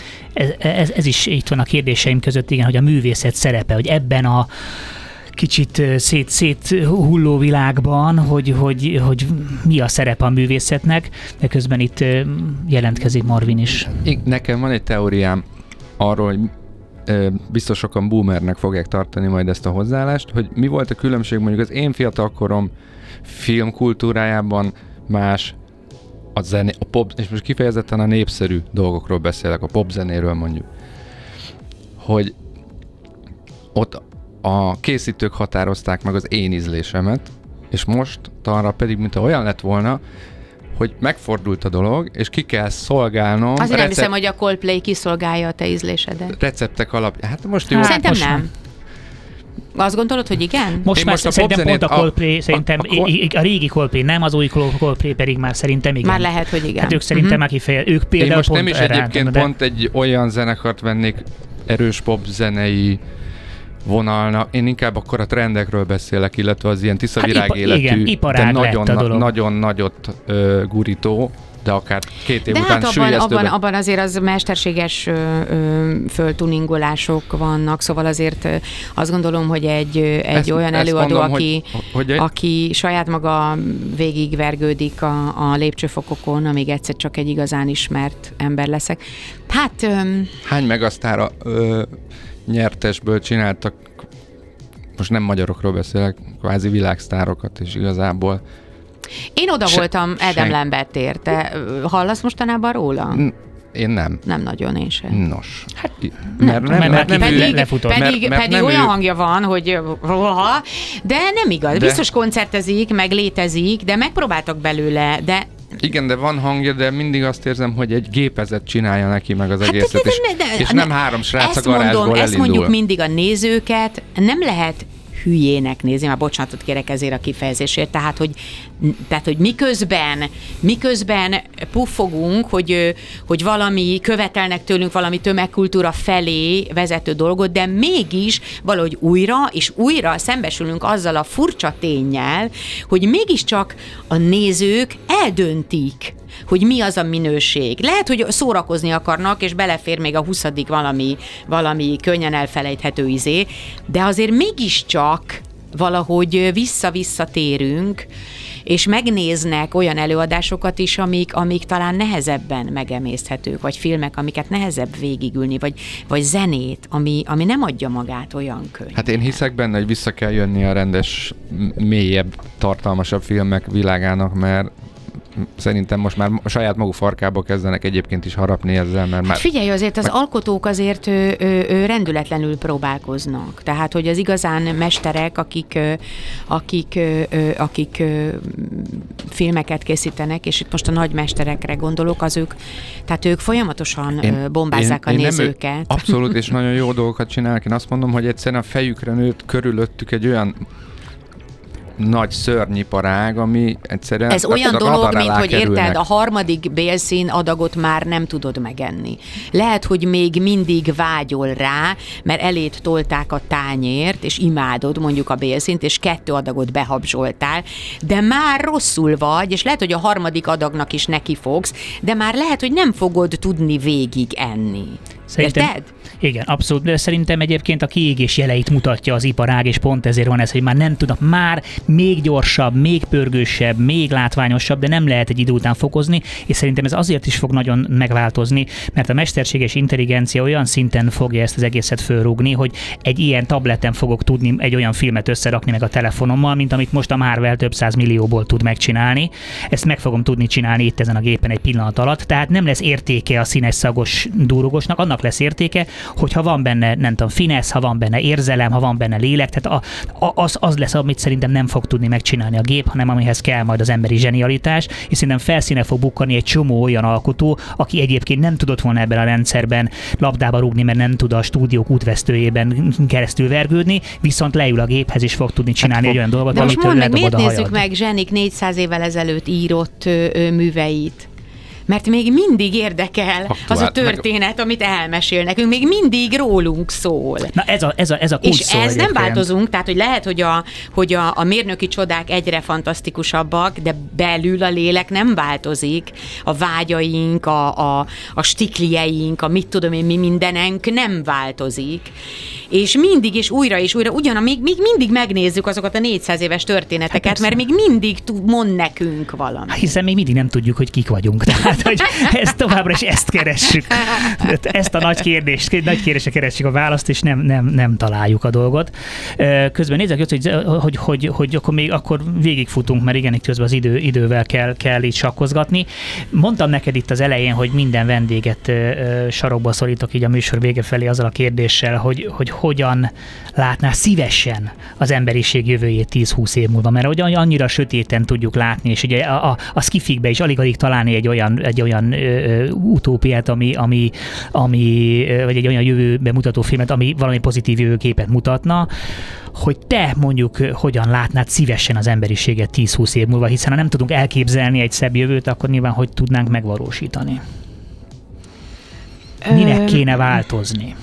Ez is itt van a kérdéseim között, igen, hogy a művészet szerepe, hogy ebben a kicsit széthulló világban, hogy mi a szerepe a művészetnek, de közben itt jelentkezik Marvin is. Nekem van egy teóriám arról, hogy biztos sokan boomernek fogják tartani majd ezt a hozzáállást, hogy mi volt a különbség mondjuk az én fiatalkorom filmkultúrájában más a zené, a pop, és most kifejezetten a népszerű dolgokról beszélek, a popzenéről mondjuk, hogy ott a készítők határozták meg az én ízlésemet, és most arra pedig, mint olyan lett volna, hogy megfordult a dolog, és ki kell szolgálnom. Azért nem hiszem, hogy a Coldplay kiszolgálja a te ízlésedet. Receptek alapján. Hát most jó. Szerintem most nem. Azt gondolod, hogy igen? Most már szerintem pont a Coldplay, szerintem a régi Coldplay, nem az új Coldplay pedig már szerintem igen. Már lehet, hogy igen. Hát ők szerintem már ők például én most pont nem is egyébként pont egy olyan zenekart vennék erős pop zenei vonalnak. Én inkább akkor a trendekről beszélek, illetve az ilyen tiszavirág életű, de nagyon nagyot gurító, de akár 2 év után süllyesztőben. Abban azért az mesterséges föltuningolások vannak, szóval azért azt gondolom, hogy egy olyan előadó, mondom, aki saját maga végigvergődik a lépcsőfokokon, amíg egyszer csak egy igazán ismert ember leszek. Hát... Hány megasztára nyertesből csináltak, most nem magyarokról beszélek, kvázi világsztárokat, és igazából én oda voltam Adam Lambertért. Te hallasz mostanában róla? Én nem. Nem nagyon, én sem. Nos. Hát, pedig olyan hangja van, hogy de nem igaz. Biztos koncertezik, meg létezik, de megpróbáltak belőle, de igen, de van hangja, de mindig azt érzem, hogy egy gépezet csinálja neki meg az egészet, és nem 3 srác a garázsból elindul. Ezt mondjuk mindig a nézőket, nem lehet hülyének nézni, már bocsánatot kérek ezért a kifejezésért, tehát hogy miközben puffogunk, hogy valami, követelnek tőlünk valami tömegkultúra felé vezető dolgot, de mégis valahogy újra és újra szembesülünk azzal a furcsa ténnyel, hogy mégiscsak a nézők eldöntik, hogy mi az a minőség. Lehet, hogy szórakozni akarnak, és belefér még a 20. valami könnyen elfelejthető izé, de azért mégiscsak valahogy vissza-visszatérünk, és megnéznek olyan előadásokat is, amik talán nehezebben megemészthetők, vagy filmek, amiket nehezebb végigülni, vagy zenét, ami nem adja magát olyan könnyen. Hát én hiszek benne, hogy vissza kell jönni a rendes, mélyebb, tartalmasabb filmek világának, mert szerintem most már a saját maguk farkába kezdenek egyébként is harapni ezzel, mert már... Figyelj, azért az alkotók azért rendületlenül próbálkoznak. Tehát, hogy az igazán mesterek, akik filmeket készítenek, és itt most a nagy mesterekre gondolok, tehát ők folyamatosan bombázzák a nézőket. Abszolút, és nagyon jó dolgokat csinálnak. Én azt mondom, hogy egyszerűen a fejükre nőtt körülöttük egy olyan nagy szörnyiparág, ami egyszerűen... Ez olyan dolog, mint hogy érted, a 3. bélszín adagot már nem tudod megenni. Lehet, hogy még mindig vágyol rá, mert elét tolták a tányért, és imádod mondjuk a bélszínt, és 2 adagot behabzsoltál, de már rosszul vagy, és lehet, hogy a 3. adagnak is neki fogsz, de már lehet, hogy nem fogod tudni végig enni. Érted? Igen, abszolút. De szerintem egyébként a kiégés jeleit mutatja az iparág, és pont ezért van ez, hogy már nem tudnak, már még gyorsabb, még pörgősebb, még látványosabb, de nem lehet egy idő után fokozni, és szerintem ez azért is fog nagyon megváltozni, mert a mesterséges intelligencia olyan szinten fogja ezt az egészet fölrúgni, hogy egy ilyen tableten fogok tudni egy olyan filmet összerakni meg a telefonommal, mint amit most a Marvel több 100 millióból tud megcsinálni. Ezt meg fogom tudni csinálni itt ezen a gépen egy pillanat alatt, tehát nem lesz értéke a színes szagos durogosnak, annak lesz értéke, hogyha van benne, nem tudom, finesz, ha van benne érzelem, ha van benne lélek, tehát az lesz, amit szerintem nem fog tudni megcsinálni a gép, hanem amihez kell majd az emberi zsenialitás, és szerintem felszíne fog bukkani egy csomó olyan alkotó, aki egyébként nem tudott volna ebben a rendszerben labdába rúgni, mert nem tud a stúdiók útvesztőjében keresztül vergődni, viszont leül a géphez és fog tudni csinálni egy olyan dolgot, amitől ledobod a hajad. Miért nézzük meg Zsenik 400 évvel ezelőtt írott műveit? Mert még mindig érdekel az a történet, amit elmesél nekünk, még mindig rólunk szól. Na ez a kulcs szó. És ez nem változunk, tehát hogy lehet, hogy a mérnöki csodák egyre fantasztikusabbak, de belül a lélek nem változik. A vágyaink, a stiklieink, a mit tudom én, mi mindenünk nem változik. És mindig, és újra, még mindig megnézzük azokat a 400 éves történeteket, mert még mindig mond nekünk valami. Hiszen még mindig nem tudjuk, hogy kik vagyunk. Tehát, hogy ezt továbbra is ezt keressük. Ezt a nagy kérdésre keressük a választ, és nem találjuk a dolgot. Közben nézzek, hogy akkor végigfutunk, mert igen, itt közben az idővel kell így sakkozgatni. Mondtam neked itt az elején, hogy minden vendéget sarokba szorítok így a műsor vége felé azzal a kérdéssel, hogy hogyan látná szívesen az emberiség jövőjét 10-20 év múlva, mert ugye annyira sötéten tudjuk látni, és ugye a skifikbe is alig találni egy olyan utópiát, ami vagy egy olyan jövőbe mutató filmet, ami valami pozitív jövőképet mutatna, hogy te mondjuk hogyan látnád szívesen az emberiséget 10-20 év múlva, hiszen ha nem tudunk elképzelni egy szebb jövőt, akkor nyilván hogy tudnánk megvalósítani? Minek kéne változni?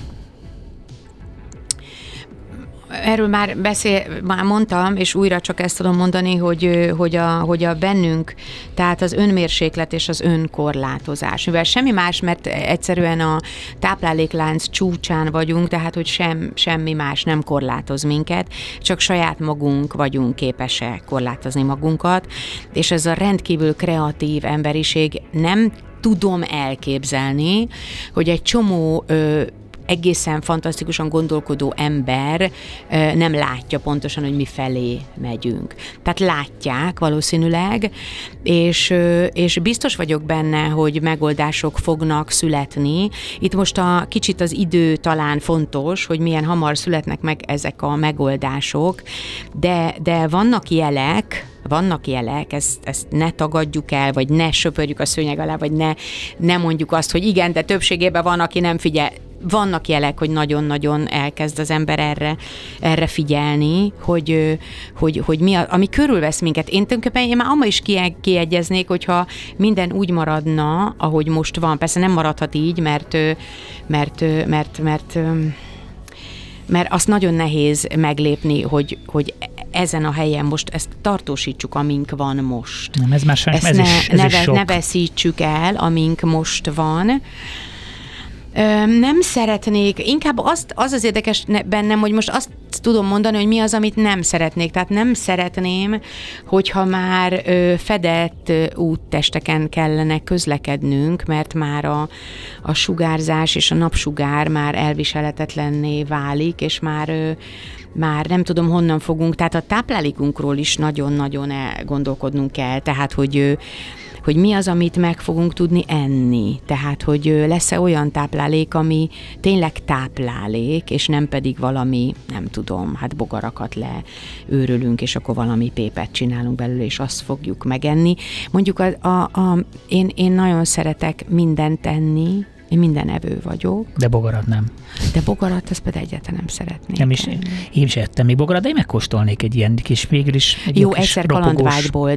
Erről már mondtam, és újra csak ezt tudom mondani, hogy a bennünk, tehát az önmérséklet és az önkorlátozás. Mivel semmi más, mert egyszerűen a tápláléklánc csúcsán vagyunk, tehát hogy semmi más nem korlátoz minket, csak saját magunk vagyunk képesek korlátozni magunkat, és ez a rendkívül kreatív emberiség, nem tudom elképzelni, hogy egy csomó egészen fantasztikusan gondolkodó ember nem látja pontosan, hogy mi felé megyünk. Tehát látják valószínűleg, és biztos vagyok benne, hogy megoldások fognak születni. Itt most kicsit az idő talán fontos, hogy milyen hamar születnek meg ezek a megoldások, de vannak jelek, ezt ne tagadjuk el, vagy ne söpörjük a szőnyeg alá, vagy ne mondjuk azt, hogy igen, de többségében van, aki nem figyel. Vannak jelek, hogy nagyon-nagyon elkezd az ember erre figyelni, hogy mi ami körülvesz minket. Én már amma is kiegyeznék, hogyha minden úgy maradna, ahogy most van. Persze nem maradhat így, mert azt nagyon nehéz meglépni, hogy ezen a helyen most ezt tartósítsuk, amink van most. Nem, ez már sajnos, ne veszítsük el, amink most van. Nem szeretnék, inkább az érdekes bennem, hogy most azt tudom mondani, hogy mi az, amit nem szeretnék. Tehát nem szeretném, hogyha már fedett úttesteken kellene közlekednünk, mert már a sugárzás és a napsugár már elviselhetetlenné válik, és már nem tudom, honnan fogunk, tehát a táplálékunkról is nagyon-nagyon gondolkodnunk kell, tehát hogy mi az, amit meg fogunk tudni enni. Tehát, hogy lesz-e olyan táplálék, ami tényleg táplálék, és nem pedig valami, nem tudom, bogarakat leőrölünk, és akkor valami pépet csinálunk belőle, és azt fogjuk megenni. Mondjuk én nagyon szeretek mindent enni, én mindenevő vagyok. De bogarat nem. De bogarat, azt pedig egyáltalán nem szeretnék. Nem is, én sem ettem még bogarat, de én megkóstolnék egy ilyen kis, végül is egy jó, kis egyszer ropogós... kalandvágyból,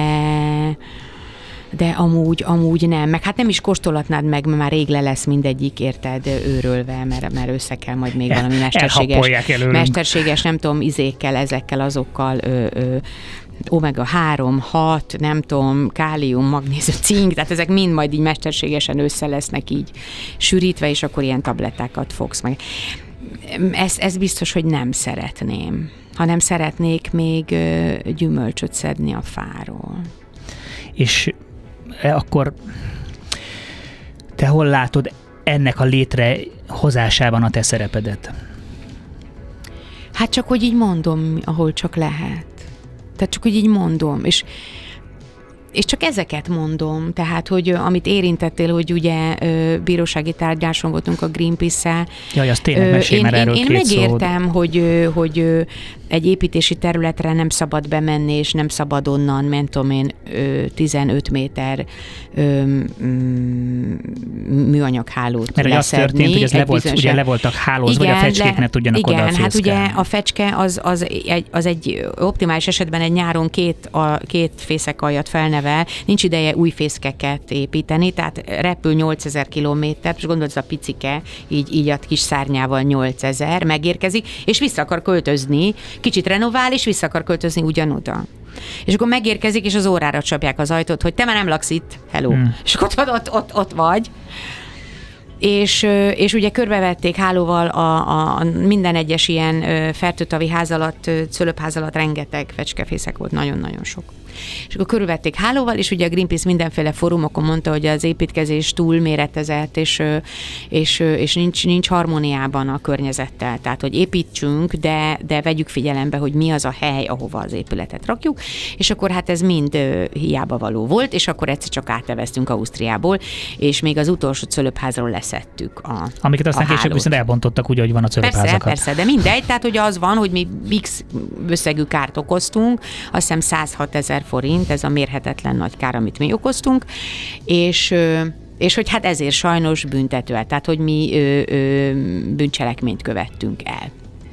de amúgy nem. Meg hát nem is kóstolatnád meg, mert már rég le lesz mindegyik, érted, őrölve, mert össze kell majd még valami mesterséges, nem tudom, izékkel, ezekkel, azokkal, omega 3, 6, nem tudom, kálium, magnézium, cink, tehát ezek mind majd így mesterségesen össze lesznek így sűrítve, és akkor ilyen tablettákat fogsz meg. Ez biztos, hogy nem szeretném, hanem szeretnék még gyümölcsöt szedni a fáról. És akkor te hol látod ennek a létrehozásában a te szerepedet? Hát csak, hogy így mondom, ahol csak lehet. Tehát csak, hogy így mondom, és csak ezeket mondom, tehát, hogy amit érintettél, hogy ugye bírósági tárgyáson voltunk a Greenpeace-szel. Jaj, azt tényleg mesélj már erről én megértem, hogy egy építési területre nem szabad bemenni, és nem szabad onnan, mentom én, 15 méter műanyaghálót mert leszedni. Mert az történt, hogy ez le voltak hálózva, vagy a fecskék ne tudjanak oda hát ugye a fecske az egy optimális esetben egy nyáron két fészekaljat felnevel, nincs ideje új fészkeket építeni, tehát repül 8000 kilométert, és gondolod, ez a picike, így a kis szárnyával 8000, megérkezik, és vissza akar költözni, kicsit renovál, és vissza akar költözni ugyanoda. És akkor megérkezik, és az órára csapják az ajtót, hogy te már nem laksz itt, hello. És akkor ott vagy. És ugye körbevették hálóval a minden egyes ilyen fertőtavi ház alatt, cölöpház alatt rengeteg fecskefészek volt, nagyon-nagyon sok. és akkor körülvették hálóval, és ugye a Greenpeace mindenféle fórumokon mondta, hogy az építkezés túlméretezett, és nincs harmóniában a környezettel. Tehát, hogy építsünk, de vegyük figyelembe, hogy mi az a hely, ahova az épületet rakjuk, és akkor hát ez mind hiába való volt, és akkor egyszer csak átneveztünk Ausztriából, és még az utolsó cölöpházról leszettük amiket aztán később viszont elbontottak úgy, hogy van a cölöpházakat. Persze, de mindegy, tehát hogy az van, hogy mi X összegű kárt okoztunk, azt hiszem 106 000 forint, ez a mérhetetlen nagy kár, amit mi okoztunk, és hogy hát ezért sajnos büntető, tehát hogy mi bűncselekményt követtünk el.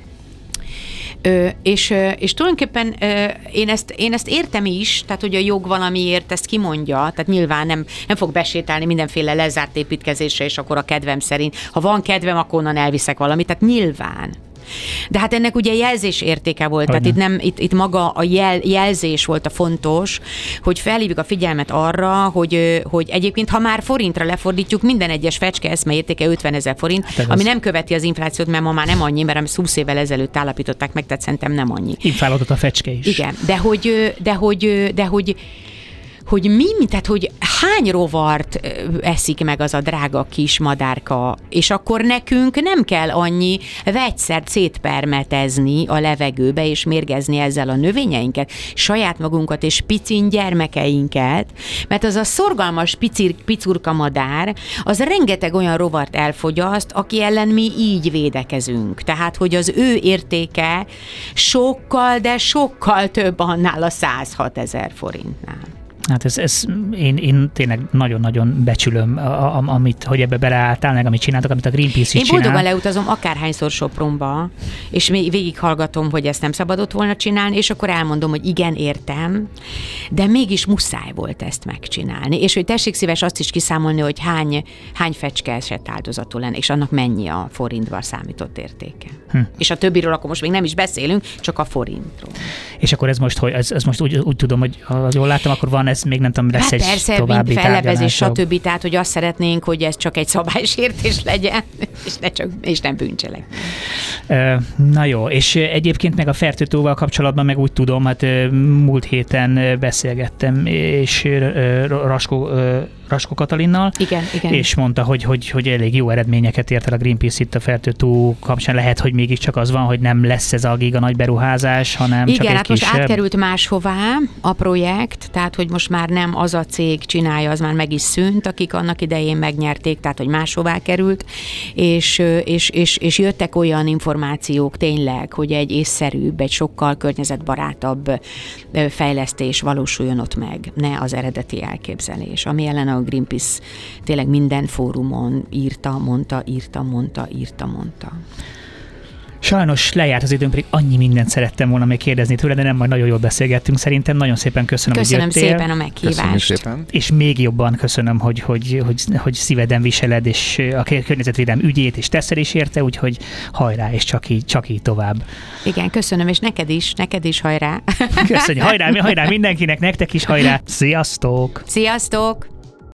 És tulajdonképpen én ezt értem is, tehát hogy a jog valamiért ezt kimondja, tehát nyilván nem fog besétálni mindenféle lezárt építkezésre, és akkor a kedvem szerint, ha van kedvem, akkor onnan elviszek valamit, tehát nyilván. De hát ennek ugye jelzés értéke volt, tehát itt maga a jelzés volt a fontos, hogy felhívjuk a figyelmet arra, hogy egyébként, ha már forintra lefordítjuk, minden egyes fecske eszme értéke 50 000 forint, hát ami nem követi az inflációt, mert ma már nem annyi, mert 20 évvel ezelőtt állapították meg, tehát szerintem nem annyi. Inflálódott a fecske is. Igen, de tehát hogy hány rovart eszik meg az a drága kis madárka, és akkor nekünk nem kell annyi vegyszert szétpermetezni a levegőbe, és mérgezni ezzel a növényeinket, saját magunkat és picin gyermekeinket, mert az a szorgalmas picurka madár, az rengeteg olyan rovart elfogyaszt, aki ellen mi így védekezünk. Tehát, hogy az ő értéke sokkal, de sokkal több annál a 106 000 forintnál. Hát én tényleg nagyon-nagyon becsülöm, hogy ebbe beleálltál, meg amit csináltak, amit a Greenpeace is csinál. Én boldogan leutazom akárhányszor Sopronba, és végighallgatom, hogy ezt nem szabadott volna csinálni, és akkor elmondom, hogy igen, értem, de mégis muszáj volt ezt megcsinálni. És hogy tessék szíves azt is kiszámolni, hogy hány fecske esett áldozatul lenne, és annak mennyi a forintban számított értéke. És a többiről akkor most még nem is beszélünk, csak a forintról. És akkor ez most, úgy tudom, hogy az jól láttam, akkor van ez még nem tudom, lesz egy további fellebezés, stb. Tehát, hogy azt szeretnénk, hogy ez csak egy szabálysértés legyen, és nem bűncselek. Na jó, és egyébként meg a fertőtóval kapcsolatban meg úgy tudom, hát múlt héten beszélgettem, és Raskó Katalinnal, igen. És mondta, hogy elég jó eredményeket ért el a Greenpeace itt a fertőtó kapcsán. Lehet, hogy mégiscsak az van, hogy nem lesz ez a giga nagy beruházás, hanem igen, csak egy hát kisebb. most átkerült máshová a projekt, tehát hogy most már nem az a cég csinálja, az már meg is szűnt, akik annak idején megnyerték, tehát hogy máshová került, és jöttek olyan információk tényleg, hogy egy észszerűbb, egy sokkal környezetbarátabb fejlesztés valósuljon ott meg, ne az eredeti elképzelés, ami ellen a Greenpeace tényleg minden fórumon írta, mondta. Sajnos lejárt az időnk, pedig annyi mindent szerettem volna még kérdezni tőle, de nem, majd nagyon jól beszélgettünk szerintem. Nagyon szépen köszönöm, hogy jöttél. Köszönöm szépen a meghívást. Szépen. És még jobban köszönöm, hogy szíveden viseled, és a környezetvédelem ügyét, és teszel is érte, úgyhogy hajrá, és csak így tovább. Igen, köszönöm, és neked is hajrá. Köszönjük, hajrá mindenkinek, nektek is hajrá. Sziasztok! Sziasztok!